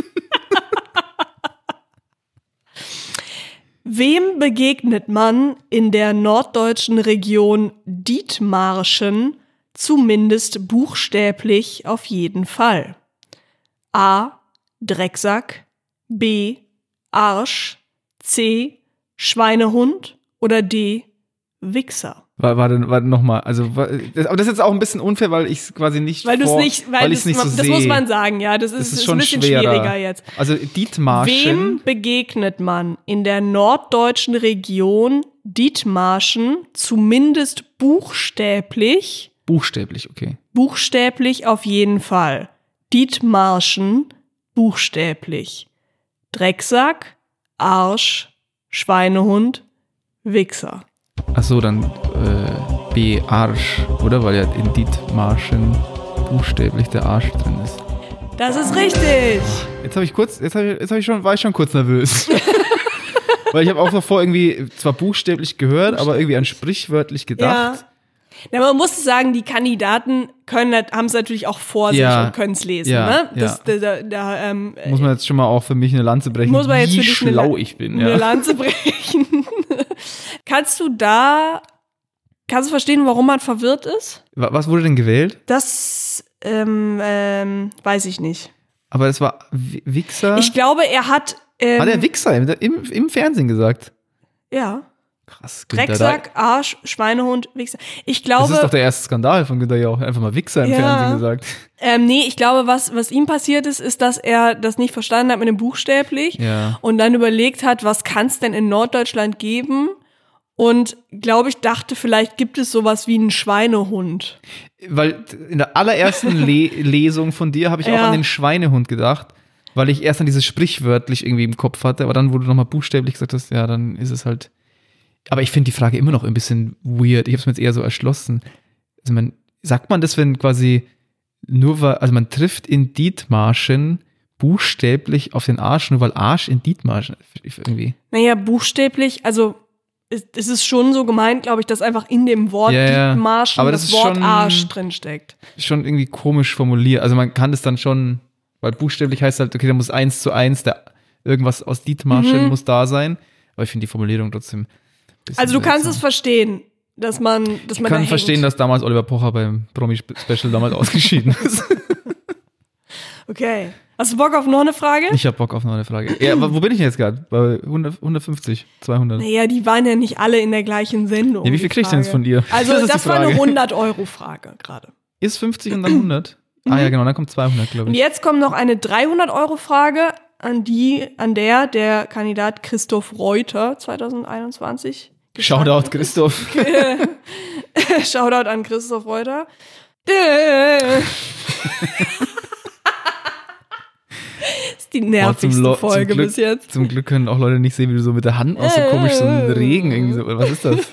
Wem begegnet man in der norddeutschen Region Dithmarschen zumindest buchstäblich auf jeden Fall? A. Drecksack, B. Arsch, C. Schweinehund oder D. Wichser? War, war dann, war nochmal, also, war, das, aber das ist jetzt auch ein bisschen unfair, weil ich es quasi nicht Weil du es vor, nicht, weil, weil das, ich's nicht so das sehe. muss man sagen, ja, das ist, Das ist ist schon ein bisschen schwerer. schwieriger jetzt. Also Dithmarschen, Wem begegnet man in der norddeutschen Region Dithmarschen zumindest buchstäblich, buchstäblich, okay. buchstäblich auf jeden Fall. Dithmarschen buchstäblich. Drecksack, Arsch, Schweinehund, Wichser. Ach so, dann äh, B, Arsch, oder? Weil ja in Dithmarschen buchstäblich der Arsch drin ist. Das ist richtig. Jetzt habe ich kurz, jetzt, hab ich, jetzt hab ich schon, war ich schon kurz nervös. Weil ich habe auch davor irgendwie zwar buchstäblich gehört, aber irgendwie an sprichwörtlich gedacht. Ja, man muss sagen, die Kandidaten können, haben es natürlich auch vor Ja. sich und können es lesen. Ja, Ne? Das, ja. da, da, da, ähm, Muss man jetzt schon mal auch für mich eine Lanze brechen, Muss man jetzt wie für dich eine schlau La- ich bin. eine Ja. Lanze brechen. Kannst du da, kannst du verstehen, warum man verwirrt ist? Wa- Was wurde denn gewählt? Das ähm, ähm, weiß ich nicht. Aber es war Wi- Wichser. Ich glaube, er hat ähm, Hat der Wichser im, im, im Fernsehen gesagt. ja, Krass. Günther Drecksack, Arsch, Schweinehund, Wichser. Ich Reich. Das ist doch glaube, der erste Skandal von Günther Jauch. Einfach mal Wichser im Ja. Fernsehen gesagt. ähm, nee, ich glaube, was, was ihm passiert ist, ist, dass er das nicht verstanden hat mit dem buchstäblich Ja. und dann überlegt hat, was kann es denn in Norddeutschland geben? Und glaube ich, dachte, vielleicht gibt es sowas wie einen Schweinehund. Weil in der allerersten Le Lesung von dir habe ich auch Ja. an den Schweinehund gedacht, weil ich erst an dieses sprichwörtlich irgendwie im Kopf hatte, aber dann, wo du nochmal buchstäblich gesagt hast, ja, dann ist es halt. Aber ich finde die Frage immer noch ein bisschen weird. Ich habe es mir jetzt eher so erschlossen. Also man, sagt man das, wenn quasi nur weil, also man trifft in Dithmarschen buchstäblich auf den Arsch, nur weil Arsch in Dithmarschen irgendwie. Naja, buchstäblich, also es, es ist schon so gemeint, glaube ich, dass einfach in dem Wort Ja, ja. Dithmarschen Aber das, das ist Wort schon- Arsch drinsteckt. Schon irgendwie komisch formuliert. Also man kann das dann schon, weil buchstäblich heißt halt, okay, da muss eins zu eins, der, irgendwas aus Dithmarschen Mhm. muss da sein. Aber ich finde die Formulierung trotzdem ein bisschen Also du kannst es seltsam. verstehen, dass man, dass Ich man kann da verstehen, hängt. dass damals Oliver Pocher beim Promi-Special damals ausgeschieden ist. Okay. Hast du Bock auf noch eine Frage? Ich habe Bock auf noch eine Frage. Ja, aber wo bin ich denn jetzt gerade? Bei hundert, hundertfünfzig, zweihundert? Naja, die waren ja nicht alle in der gleichen Sendung. Ja, wie viel die krieg ich denn jetzt Frage. von dir? Also Das ist das, die war eine Frage. hundert-Euro-Frage gerade. Ist fünfzig und dann hundert? Ah ja, genau, dann kommt zweihundert, glaube Und ich. jetzt kommt noch eine dreihundert-Euro-Frage, an die, an der der Kandidat Christoph Reuter zweitausendeinundzwanzig Shoutout, Christoph. Shoutout an Christoph Reuter. Das ist die nervigste Lo- Folge Glück, bis jetzt. Zum Glück können auch Leute nicht sehen, wie du so mit der Hand auch so komisch so einen Regen irgendwie so. Was ist das?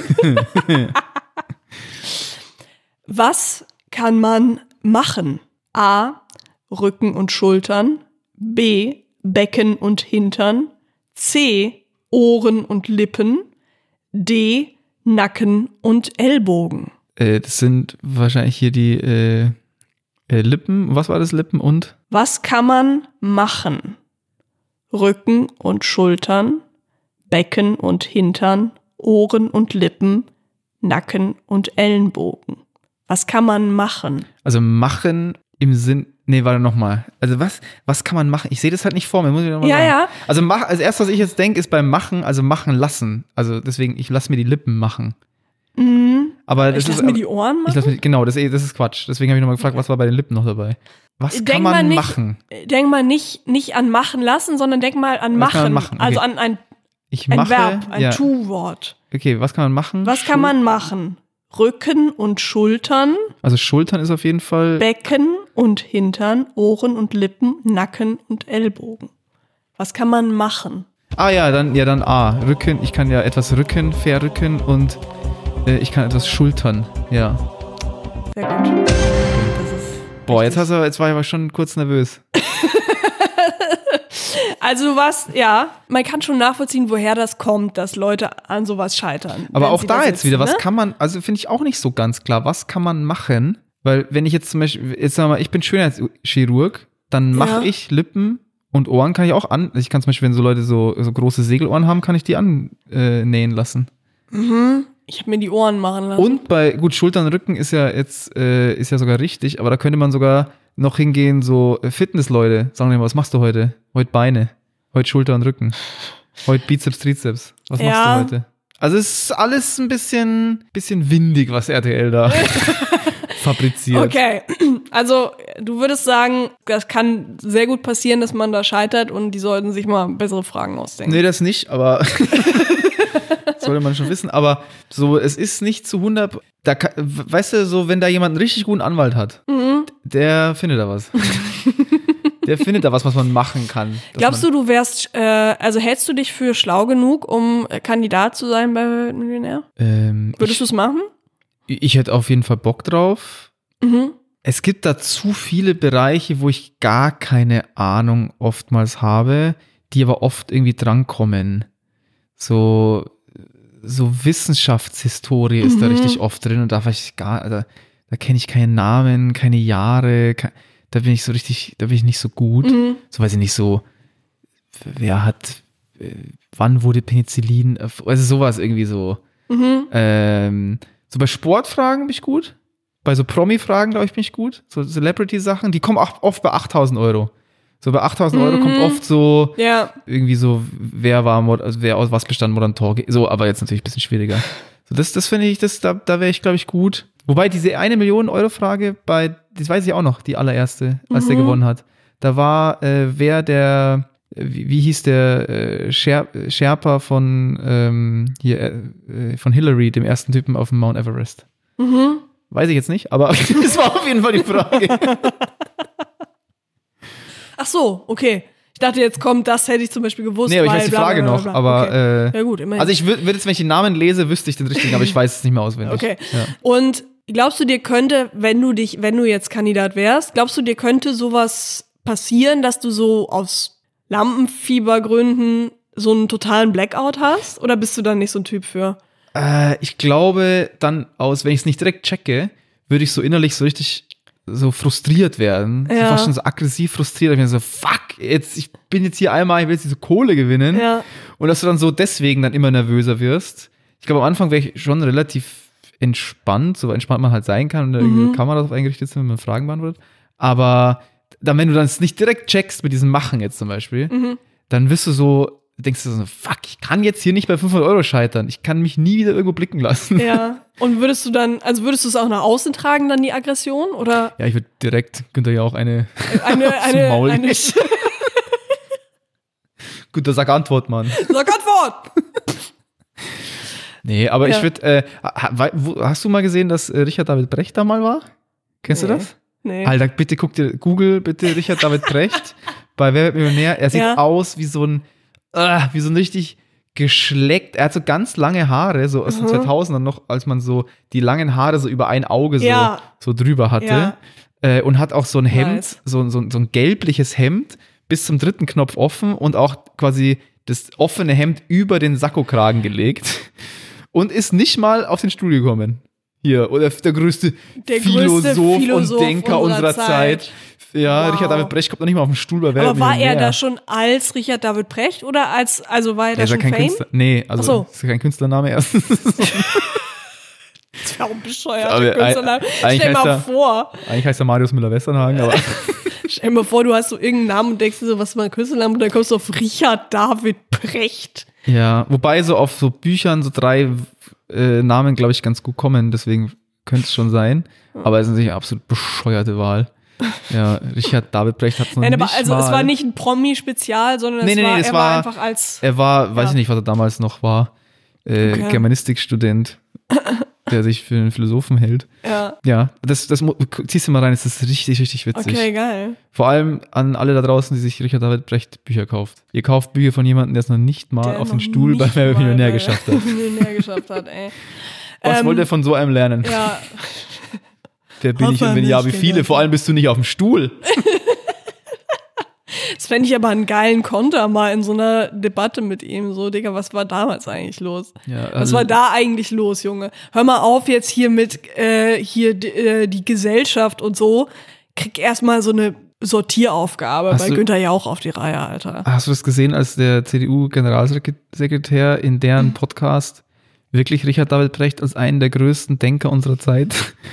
Was kann man machen? A. Rücken und Schultern. B. Becken und Hintern. C. Ohren und Lippen. D. Nacken und Ellbogen. Äh, das sind wahrscheinlich hier die äh, äh, Lippen. Was war das? Lippen und? Was kann man machen? Rücken und Schultern, Becken und Hintern, Ohren und Lippen, Nacken und Ellenbogen. Was kann man machen? Also machen im Sinn, Nee, warte nochmal. Also was, was kann man machen? Ich sehe das halt nicht vor mir. Muss ich noch mal Ja, sagen. ja. Also, mach, also erst, was ich jetzt denke, ist beim Machen, also machen lassen. Also deswegen, ich lasse mir die Lippen machen. Mhm. Aber das Ich lasse ist, mir die Ohren ich machen. lass mir, genau, das, das ist Quatsch. Deswegen habe ich nochmal gefragt, was war bei den Lippen noch dabei? Was Denk kann mal man nicht- machen? Denk mal nicht, nicht an machen lassen, sondern denk mal an Was kann machen. man machen? Okay. Also an ein, Ich ein mache, Verb, ein ja. Tu-Wort. Okay, was kann man machen? Was kann Schul- man machen? Rücken und Schultern, Also Schultern ist auf jeden Fall. Becken und Hintern, Ohren und Lippen, Nacken und Ellbogen. Was kann man machen? Ah ja, dann ja dann A. Rücken. Ich kann ja etwas rücken, verrücken und äh, ich kann etwas schultern. Ja. Sehr gut. Das ist Boah, jetzt richtig. hast du, jetzt war ich aber schon kurz nervös. Also du warst, ja, man kann schon nachvollziehen, woher das kommt, dass Leute an sowas scheitern. Aber wenn auch sie da das jetzt wieder, was ne? kann man, also finde ich auch nicht so ganz klar, was kann man machen? Weil wenn ich jetzt zum Beispiel, jetzt sagen wir mal, ich bin Schönheitschirurg, dann mache Ja. ich Lippen und Ohren kann ich auch an, ich kann zum Beispiel, wenn so Leute so, so große Segelohren haben, kann ich die annähen äh, nähen lassen. Ich habe mir die Ohren machen lassen. Und bei, gut, Schultern, Rücken ist ja jetzt, äh, ist ja sogar richtig, aber da könnte man sogar noch hingehen, so äh, Fitnessleute, sagen wir mal, was machst du heute? Heute Beine, heute Schulter und Rücken, heute Bizeps, Trizeps, was Ja. machst du heute? Also es ist alles ein bisschen, bisschen windig, was R T L da fabriziert. Okay, also du würdest sagen, das kann sehr gut passieren, dass man da scheitert und die sollten sich mal bessere Fragen ausdenken. Nee, das nicht, aber sollte man schon wissen. Aber so, es ist nicht zu hundert. Da, kann- weißt du, so, wenn da jemand einen richtig guten Anwalt hat, Mhm. der findet da was. Der findet da was, was man machen kann. Dass Glaubst man, du, du wärst, äh, also hältst du dich für schlau genug, um äh, Kandidat zu sein bei Wer wird Millionär? Ähm, Würdest du es machen? ich, ich hätte auf jeden Fall Bock drauf. Mhm. Es gibt da zu viele Bereiche, wo ich gar keine Ahnung oftmals habe, die aber oft irgendwie drankommen. So, so Wissenschaftshistorie ist da Mhm. richtig oft drin und da weiß ich gar, da, da kenne ich keinen Namen, keine Jahre, ke- da bin ich so richtig, da bin ich nicht so gut. Mhm. So weiß ich nicht so, wer hat, äh, wann wurde Penicillin, erf- also sowas irgendwie so. Mhm. Ähm, so bei Sportfragen bin ich gut. Bei so Promi-Fragen, glaube ich, bin ich gut. So Celebrity-Sachen, die kommen auch oft bei achttausend Euro. So bei achttausend Euro Mhm. kommt oft so Ja, irgendwie so, wer war, Mod- also wer aus was bestand Modern Talking. So, aber jetzt natürlich ein bisschen schwieriger. So, das, das finde ich, das, da, da wäre ich, glaube ich, gut. Wobei diese eine Million Euro Frage bei, das weiß ich auch noch, die allererste, als der Mhm. gewonnen hat. Da war, äh, wer der, äh, wie, wie hieß der äh, Sher Sherpa von, ähm, hier, äh, von Hillary, dem ersten Typen auf dem Mount Everest. mhm. Weiß ich jetzt nicht, aber das war auf jeden Fall die Frage. Ach so, okay. Ich dachte, jetzt kommt, das hätte ich zum Beispiel gewusst. Nee, aber ich weil weiß die bla, bla, Frage bla, noch, bla. aber Okay. äh, Ja gut, immerhin. also ich würde würd jetzt, wenn ich den Namen lese, wüsste ich den richtigen, aber ich weiß es nicht mehr auswendig. Okay. Ja. Und glaubst du, dir könnte, wenn du dich, wenn du jetzt Kandidat wärst, glaubst du, dir könnte sowas passieren, dass du so aus Lampenfiebergründen so einen totalen Blackout hast? Oder bist du dann nicht so ein Typ für? Äh, ich glaube dann aus, wenn ich es nicht direkt checke, würde ich so innerlich so richtig so frustriert werden. So Ja. fast schon so aggressiv frustriert. Ich bin so, fuck, jetzt, ich bin jetzt hier einmal, ich will jetzt diese Kohle gewinnen. Ja. Und dass du dann so deswegen dann immer nervöser wirst. Ich glaube, am Anfang wäre ich schon relativ entspannt, so entspannt man halt sein kann und da irgendwie Mhm. Kamera drauf eingerichtet sind, wenn man Fragen beantwortet. Aber dann, wenn du dann es nicht direkt checkst mit diesem Machen jetzt zum Beispiel, Mhm. dann wirst du so, denkst du so, fuck, ich kann jetzt hier nicht bei fünfhundert Euro scheitern. Ich kann mich nie wieder irgendwo blicken lassen. Ja. Und würdest du dann, also würdest du es auch nach außen tragen, dann die Aggression? Oder Ja, ich würde direkt Günther ja auch eine eine, aufs eine, Maul eine, geben. Günther, sag Antwort, Mann. Sag Antwort! Nee, aber Ja. ich würde, äh, ha- wei- wo- hast du mal gesehen, dass äh, Richard David Brecht da mal war? Kennst Nee. du das? Nee. Alter, bitte guck dir, Google bitte Richard David Brecht bei Wer wird Millionär. Er sieht Ja. aus wie so ein, äh, wie so ein richtig geschleckt, er hat so ganz lange Haare, so aus den Mhm. zweitausendern noch, als man so die langen Haare so über ein Auge so, Ja. so drüber hatte. Ja. Äh, und hat auch so ein Hemd, Nice. so, so, so ein gelbliches Hemd bis zum dritten Knopf offen und auch quasi das offene Hemd über den Sakkokragen gelegt und ist nicht mal auf den Stuhl gekommen. Hier, oder der größte Der Philosoph, größte Philosoph und Denker unserer unserer Zeit. Zeit. Ja, Wow. Richard David Brecht kommt noch nicht mal auf den Stuhl bei Wer wird Aber war er Millionär. da schon als Richard David Brecht oder als, also war er Er da ist ja schon kein Fame? Künstler. Nee, also Ach so. ist ja kein Künstlername erstens. Warum bescheuert? Aber der Künstlername? eigentlich Stell heißt mal er- vor. Eigentlich heißt er Marius Müller-Westernhagen, aber Stell dir mal vor, du hast so irgendeinen Namen und denkst dir so, was ist mein Künstlername? Und dann kommst du auf Richard David Precht. Ja, wobei so auf so Büchern so drei äh, Namen, glaube ich, ganz gut kommen. Deswegen könnte es schon sein. Aber es ist natürlich eine absolut bescheuerte Wahl. Ja, Richard David Precht hat es noch Nein, nicht aber also mal. es war nicht ein Promi-Spezial, sondern Nee, es nee, war, nee, es er war- war einfach als... Er war, weiß Ja. ich nicht, was er damals noch war, äh, Okay. Germanistikstudent, der sich für einen Philosophen hält. Ja, Ja, das, das mu- ziehst du mal rein, das ist richtig, richtig witzig. okay, geil. Vor allem an alle da draußen, die sich Richard David Precht Bücher kauft. Ihr kauft Bücher von jemandem, der es noch nicht mal Der auf noch den Stuhl bei nicht Wer wird mal Millionär bei- geschafft hat. Millionär geschafft hat, ey. Was Ähm, wollt ihr von so einem lernen? Ja, Wer bin hat ich und er wenn ja, nicht wie viele? gedacht. Vor allem bist du nicht auf dem Stuhl. das fände ich aber einen geilen Konter mal in so einer Debatte mit ihm. So, Digga, was war damals eigentlich los? Ja, Was also- war da eigentlich los, Junge? Hör mal auf jetzt hier mit äh, hier d- äh, die Gesellschaft und so. Krieg erstmal so eine Sortieraufgabe Hast bei du- Günther Jauch auf die Reihe, Alter. Hast du das gesehen, als der C D U-Generalsekretär in Hm. deren Podcast wirklich Richard David Precht als einen der größten Denker unserer Zeit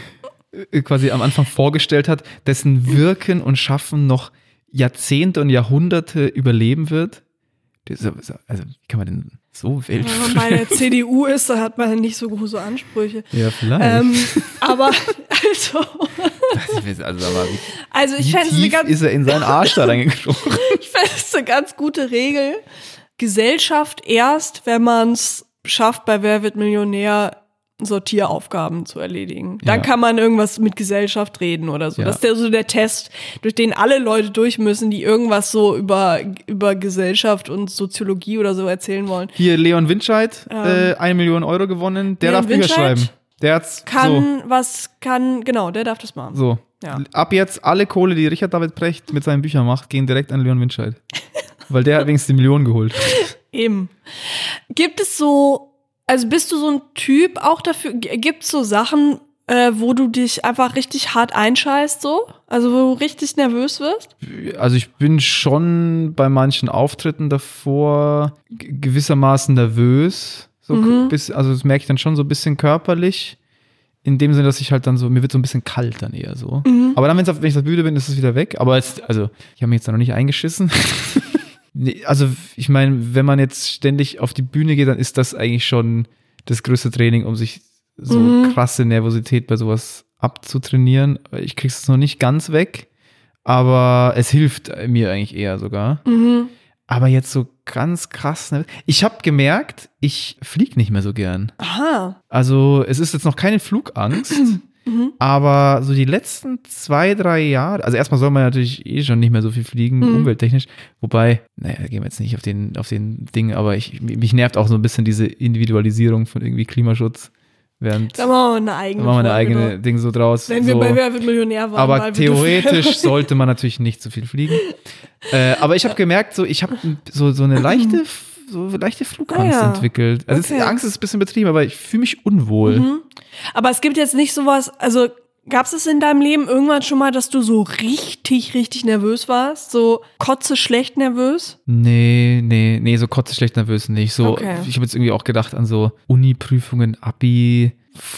äh, quasi am Anfang vorgestellt hat, dessen Wirken und Schaffen noch Jahrzehnte und Jahrhunderte überleben wird? Das ist- Also, wie kann man denn so Wenn man weltfremd? bei der C D U ist, da hat man nicht so große Ansprüche. Ja, vielleicht. Ähm, aber also, also, aber wie, also ich wie fände es eine tief ganz, ist er in seinen Arsch da reingekrochen? ich fänd es eine ganz gute Regel. Gesellschaft erst, wenn man es schafft, bei Wer wird Millionär Sortieraufgaben zu erledigen. Dann Ja. kann man irgendwas mit Gesellschaft reden oder so. Ja. Das ist der, so der Test, durch den alle Leute durch müssen, die irgendwas so über, über Gesellschaft und Soziologie oder so erzählen wollen. Hier, Leon Winscheid, Ähm. äh, eine Million Euro gewonnen. Der Leon darf Bücher Winscheid schreiben. Der hat's Kann, was kann, genau, der darf das machen. so. so. Ja. Ab jetzt alle Kohle, die Richard David Precht mit seinen Büchern macht, gehen direkt an Leon Winscheid. Weil der hat wenigstens die Million geholt. Eben. Gibt es so, also bist du so ein Typ auch dafür, gibt es so Sachen, äh, wo du dich einfach richtig hart einscheißt so? Also wo du richtig nervös wirst? Also ich bin schon bei manchen Auftritten davor g- gewissermaßen nervös. So Mhm. bis, also das merke ich dann schon so ein bisschen körperlich. In dem Sinne, dass ich halt dann so, mir wird so ein bisschen kalt dann eher so. Mhm. Aber dann, wenn's auf, wenn ich auf der Bühne bin, ist es wieder weg. Aber jetzt, also ich habe mich jetzt da noch nicht eingeschissen. Nee, also ich meine, wenn man jetzt ständig auf die Bühne geht, dann ist das eigentlich schon das größte Training, um sich so Mhm. krasse Nervosität bei sowas abzutrainieren. Ich krieg's es noch nicht ganz weg, aber es hilft mir eigentlich eher sogar. Mhm. Aber jetzt so ganz krass. Ne? Ich habe gemerkt, ich flieg nicht mehr so gern. Aha. Also es ist jetzt noch keine Flugangst, Mhm. aber so die letzten zwei, drei Jahre, also erstmal soll man natürlich eh schon nicht mehr so viel fliegen, Mhm. umwelttechnisch. Wobei, naja, gehen wir jetzt nicht auf den, auf den Ding, aber ich, mich nervt auch so ein bisschen diese Individualisierung von irgendwie Klimaschutz. Während, Da machen wir eine da eigene machen wir eine Folge eigene noch. Ding so draus. Wenn so. wir bei Wer wird Millionär waren. Aber weil wir dürfen- theoretisch sollte man natürlich nicht so viel fliegen. Äh, aber ich habe gemerkt, so ich habe so, so eine leichte, so leichte Flugangst Ah ja. entwickelt. Also Okay. es, Angst ist ein bisschen betrieben, aber ich fühle mich unwohl. Mhm. Aber es gibt jetzt nicht sowas, also gab es es in deinem Leben irgendwann schon mal, dass du so richtig, richtig nervös warst? So kotze schlecht nervös? Nee, nee, nee, so kotze schlecht nervös nicht. So, Okay. ich habe jetzt irgendwie auch gedacht an so Uni-Prüfungen, Abi,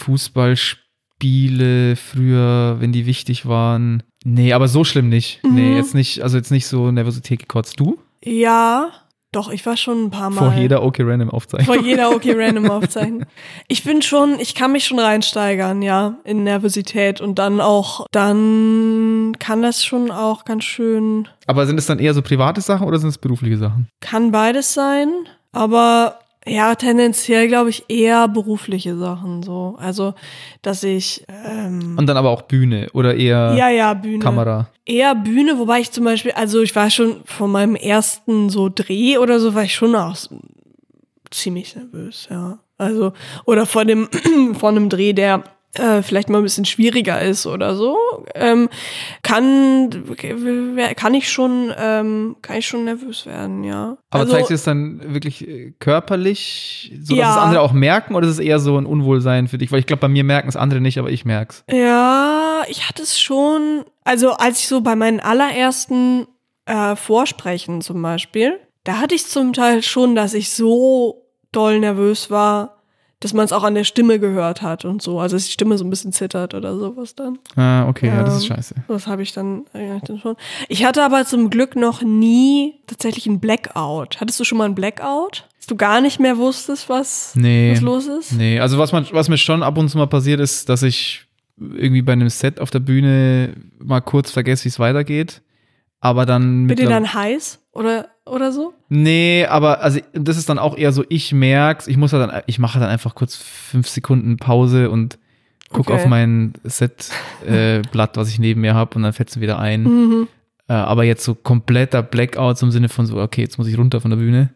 Fußballspiele früher, wenn die wichtig waren. Nee, aber so schlimm nicht. Mhm. Nee, jetzt nicht, also jetzt nicht so Nervosität gekotzt. Du? Ja, doch, ich war schon ein paar Mal. Vor jeder Okay Random Aufzeichnung. Vor jeder Okay Random Aufzeichnung. Ich bin schon, ich kann mich schon reinsteigern, ja, in Nervosität und dann auch, dann kann das schon auch ganz schön, Aber sind es dann eher so private Sachen oder sind es berufliche Sachen? kann beides sein, aber ja, tendenziell glaube ich eher berufliche Sachen so. Also, dass ich, ähm, Und dann aber auch Bühne oder eher ja, ja, Bühne. Kamera. Eher Bühne, wobei ich zum Beispiel, also ich war schon von meinem ersten so Dreh oder so, war ich schon auch so ziemlich nervös, ja. Also, oder vor dem, vor einem Dreh, der äh, vielleicht mal ein bisschen schwieriger ist oder so, ähm, kann, kann ich schon, ähm, kann ich schon nervös werden, ja. Aber also, zeigst du es dann wirklich äh, körperlich, so dass Ja. es andere auch merken, oder ist es eher so ein Unwohlsein für dich? Weil ich glaube, bei mir merken es andere nicht, aber ich merk's. Ja, ich hatte es schon, also als ich so bei meinen allerersten äh, Vorsprechen zum Beispiel, da hatte ich zum Teil schon, dass ich so doll nervös war, dass man es auch an der Stimme gehört hat und so. Also dass die Stimme so ein bisschen zittert oder sowas dann. Ah, okay, ja, Ähm, das ist scheiße. Das habe ich dann eigentlich dann schon. Ich hatte aber zum Glück noch nie tatsächlich einen Blackout. Hattest du schon mal einen Blackout? Dass du gar nicht mehr wusstest, was, Nee. was los ist? Nee, also was, man, was mir schon ab und zu mal passiert ist, dass ich irgendwie bei einem Set auf der Bühne mal kurz vergesse, wie es weitergeht. Aber dann. Bin dir mittler- dann heiß oder, oder so? Nee, aber also das ist dann auch eher so, ich merk's, ich muss halt dann, ich mache dann einfach kurz fünf Sekunden Pause und guck Okay. auf mein Set-Blatt, äh, Blatt, was ich neben mir habe, und dann fällt's mir wieder ein. Mhm. Äh, aber jetzt so kompletter Blackout zum Sinne von so, okay, jetzt muss ich runter von der Bühne.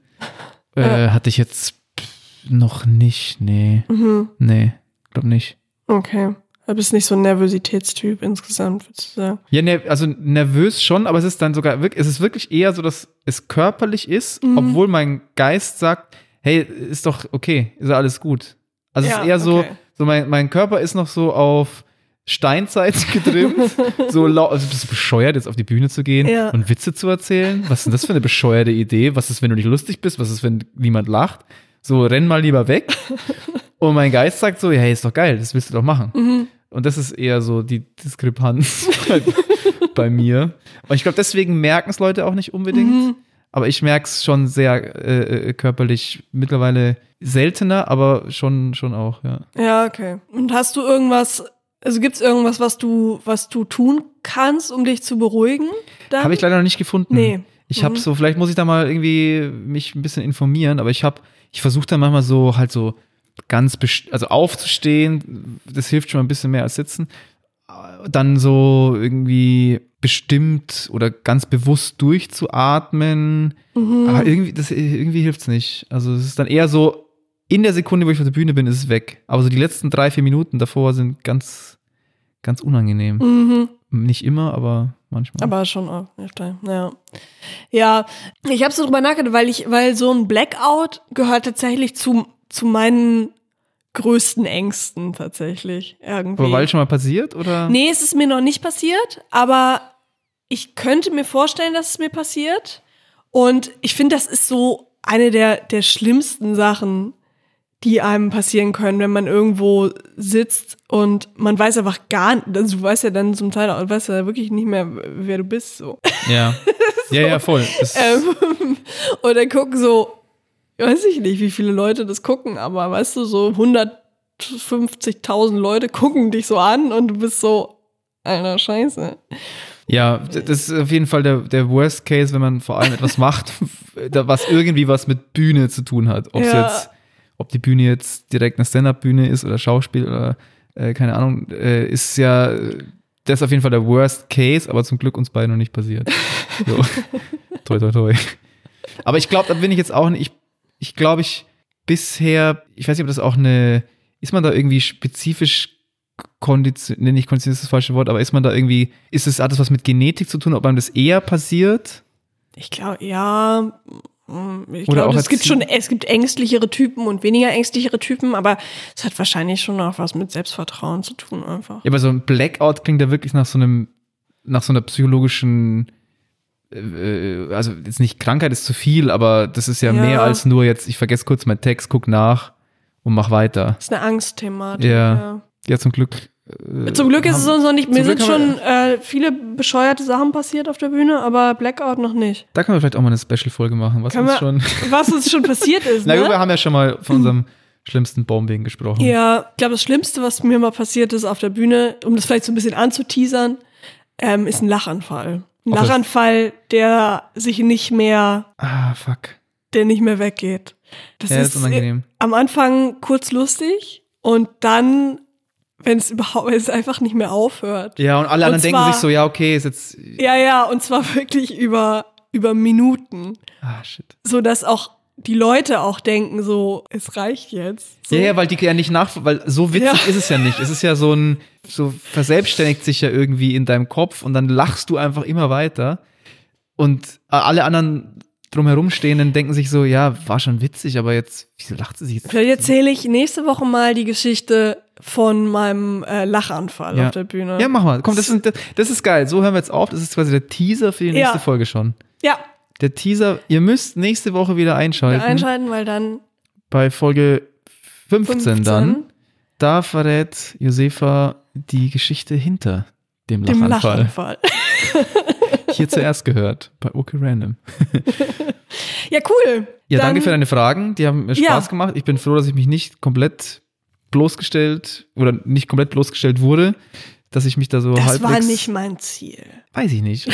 Äh, hatte ich jetzt noch nicht, nee. Mhm. Nee, glaub nicht. Okay. Du bist nicht so ein Nervositätstyp insgesamt, würdest du sagen. Ja, ne, also nervös schon, aber es ist dann sogar wirklich, es ist wirklich eher so, dass es körperlich ist, Mhm. obwohl mein Geist sagt, hey, ist doch okay, ist ja alles gut. Also es Ja, ist eher so, okay. so mein, mein Körper ist noch so auf Steinzeit getrimmt, so lau- also bist du bescheuert, jetzt auf die Bühne zu gehen Ja. und Witze zu erzählen? Was ist denn das für eine bescheuerte Idee? Was ist, wenn du nicht lustig bist? Was ist, wenn niemand lacht? So, renn mal lieber weg. Und mein Geist sagt so, ja, hey, ist doch geil, das willst du doch machen. Mhm. Und das ist eher so die Diskrepanz bei, bei mir. Und ich glaube, deswegen merken es Leute auch nicht unbedingt. Mhm. Aber ich merke es schon sehr äh, äh, körperlich, mittlerweile seltener, aber schon, schon auch, ja. Ja, okay. Und hast du irgendwas, also gibt's irgendwas, was du, was du tun kannst, um dich zu beruhigen? dann? Habe ich leider noch nicht gefunden. Nee. Ich habe Mhm. so, vielleicht muss ich da mal irgendwie mich ein bisschen informieren, aber ich habe, ich versuche dann manchmal so halt so ganz, best- also aufzustehen, das hilft schon mal ein bisschen mehr als sitzen. Dann so irgendwie bestimmt oder ganz bewusst durchzuatmen. Mhm. Aber irgendwie, das, irgendwie hilft's nicht. Also es ist dann eher so, in der Sekunde, wo ich auf der Bühne bin, ist es weg. Aber so die letzten drei, vier Minuten davor sind ganz, ganz unangenehm. Mhm. Nicht immer, aber manchmal. Aber schon auch. Ja. Ja, ich habe so drüber nachgedacht, weil ich, weil so ein Blackout gehört tatsächlich zu, zu meinen größten Ängsten tatsächlich irgendwie. Aber weil schon mal passiert, oder? Nee, es ist mir noch nicht passiert, aber ich könnte mir vorstellen, dass es mir passiert. Und ich finde, das ist so eine der, der schlimmsten Sachen, die einem passieren können, wenn man irgendwo sitzt und man weiß einfach gar nicht, also du weißt ja dann zum Teil auch, weißt ja wirklich nicht mehr, wer du bist, so. Ja. Ja, ja, voll. Das, Ähm, und dann gucken so, weiß ich nicht, wie viele Leute das gucken, aber weißt du, so hundertfünfzigtausend Leute gucken dich so an und du bist so, Alter, Scheiße. ja, das ist auf jeden Fall der, der Worst Case, wenn man vor allem etwas macht, da- was irgendwie was mit Bühne zu tun hat. Ob Ja. jetzt, ob die Bühne jetzt direkt eine Stand-Up-Bühne ist oder Schauspiel oder äh, keine Ahnung, äh, ist ja, äh, das ist auf jeden Fall der Worst Case, aber zum Glück uns beiden noch nicht passiert. So. Toi, toi, toi. Aber ich glaube, da bin ich jetzt auch nicht, ich, ich glaube, ich bisher, ich weiß nicht, ob das auch eine, ist man da irgendwie spezifisch konditioniert, nee, nicht konditioniert ist das falsche Wort, aber ist man da irgendwie, ist es, hat das was mit Genetik zu tun, ob einem das eher passiert? Ich glaube, ja, ich Oder auch glaube, es als gibt Ziel- schon, es gibt ängstlichere Typen und weniger ängstlichere Typen, aber es hat wahrscheinlich schon auch was mit Selbstvertrauen zu tun einfach. Ja, aber so ein Blackout klingt ja wirklich nach so einem, nach so einer psychologischen, äh, also jetzt nicht Krankheit ist zu viel, aber das ist ja, Ja. mehr als nur jetzt, ich vergesse kurz meinen Text, guck nach und mach weiter. Das ist eine Angstthematik. Ja. Ja. Ja, zum Glück. äh, Zum Glück ist es uns noch nicht, mir zum sind Glück haben schon äh, viele bescheuerte Sachen passiert auf der Bühne, aber Blackout noch nicht. Da können wir vielleicht auch mal eine Special-Folge machen, was Können uns wir- schon. Was uns schon passiert ist, Na gut, wir ne? haben ja schon mal von unserem schlimmsten Bombing gesprochen. Ja, ich glaube, das Schlimmste, was mir mal passiert ist auf der Bühne, um das vielleicht so ein bisschen anzuteasern, ähm, ist ein Lachanfall. Ein Ach, das- Lachanfall, der sich nicht mehr, Ah, fuck. der nicht mehr weggeht. Das Ja, das ist ist unangenehm. am Anfang kurz lustig und dann, wenn es überhaupt, wenn es einfach nicht mehr aufhört. Ja, und alle Und anderen denken zwar- sich so, ja, okay, ist jetzt. Ja, ja, und zwar wirklich über, über Minuten, Ah, shit. so dass auch die Leute auch denken so, es reicht jetzt. So. Ja, ja, weil die ja nicht nach, weil so witzig Ja. ist es ja nicht. Es ist ja so ein, so verselbstständigt sich ja irgendwie in deinem Kopf und dann lachst du einfach immer weiter. Und alle anderen drumherum Stehenden denken sich so, ja, war schon witzig, aber jetzt, wieso lacht sie sich jetzt? Vielleicht erzähle ich nächste Woche mal die Geschichte von meinem äh, Lachanfall Ja. auf der Bühne. Ja, mach mal. Komm, das ist, das ist geil. So hören wir jetzt auf. Das ist quasi der Teaser für die nächste Ja. Folge schon. Ja, Der Teaser, ihr müsst nächste Woche wieder einschalten. einschalten, weil dann Bei Folge fünfzehn dann, da verrät Josefa die Geschichte hinter dem Dem Lachanfall. Lachanfall. Hier zuerst gehört, bei OK Random. Ja, cool. Ja, Dann- danke für deine Fragen, die haben mir Spaß Ja. gemacht. Ich bin froh, dass ich mich nicht komplett bloßgestellt oder nicht komplett bloßgestellt wurde, dass ich mich da so Das halbwegs... war nicht mein Ziel. Weiß ich nicht.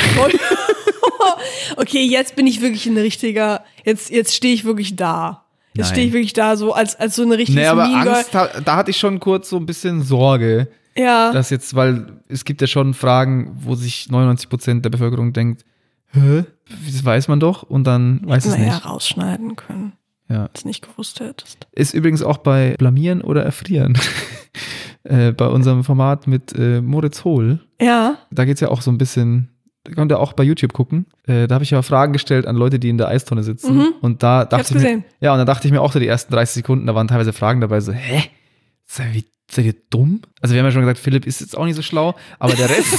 Okay, jetzt bin ich wirklich ein richtiger, jetzt, jetzt stehe ich wirklich da. Jetzt Nein. stehe ich wirklich da, so als, als so eine richtige Nee, aber Mean Girl. Angst, da, da hatte ich schon kurz so ein bisschen Sorge, Ja. dass jetzt, weil es gibt ja schon Fragen, wo sich neunundneunzig Prozent der Bevölkerung denkt, hä, das weiß man doch und dann weiß es naja, nicht. rausschneiden können, Ja. wenn du es nicht gewusst hättest. Ist übrigens auch bei Blamieren oder Erfrieren, äh, bei unserem Format mit äh, Moritz Hohl, Ja. da geht es ja auch so ein bisschen, da könnt ihr auch bei YouTube gucken, äh, da habe ich ja Fragen gestellt an Leute, die in der Eistonne sitzen Mhm. und da hab's dachte ich, mir, gesehen. ja, und da dachte ich mir auch so die ersten dreißig Sekunden, da waren teilweise Fragen dabei so, hä, seid ihr, seid ihr dumm? Also wir haben ja schon gesagt, Philipp ist jetzt auch nicht so schlau, aber der Rest...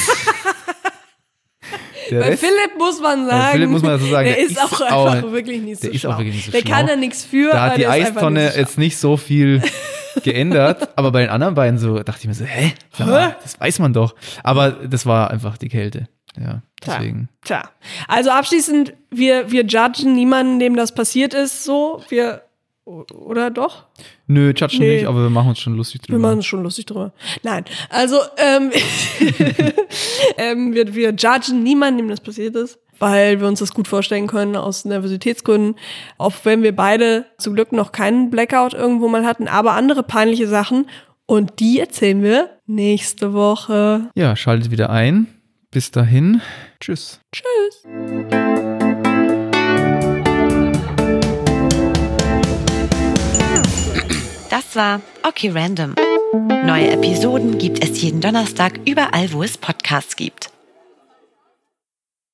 der Bei Rest Philipp muss man Bei sagen, Philipp muss man dazu sagen, der, der ist ist auch auch- einfach wirklich nicht so der ist schlau. auch wirklich nicht so der schlau. kann da nichts für, da aber hat die der ist einfach Eistonne nicht so jetzt nicht so viel geändert, aber bei den anderen beiden so dachte ich mir so, hä? Sag mal, Hä? das weiß man doch. Aber das war einfach die Kälte. Ja, deswegen. Tja, also abschließend, wir, wir judgen niemanden, dem das passiert ist, so, wir, oder doch? Nö, judgen Nee. nicht, aber wir machen uns schon lustig Wir drüber. machen uns schon lustig drüber. Nein, also ähm, ähm, wir, wir judgen niemanden, dem das passiert ist, weil wir uns das gut vorstellen können aus Nervositätsgründen. Auch wenn wir beide zum Glück noch keinen Blackout irgendwo mal hatten, aber andere peinliche Sachen. Und die erzählen wir nächste Woche. Ja, schaltet wieder ein. Bis dahin. Tschüss. Tschüss. Das war Okay Random. Neue Episoden gibt es jeden Donnerstag überall, wo es Podcasts gibt.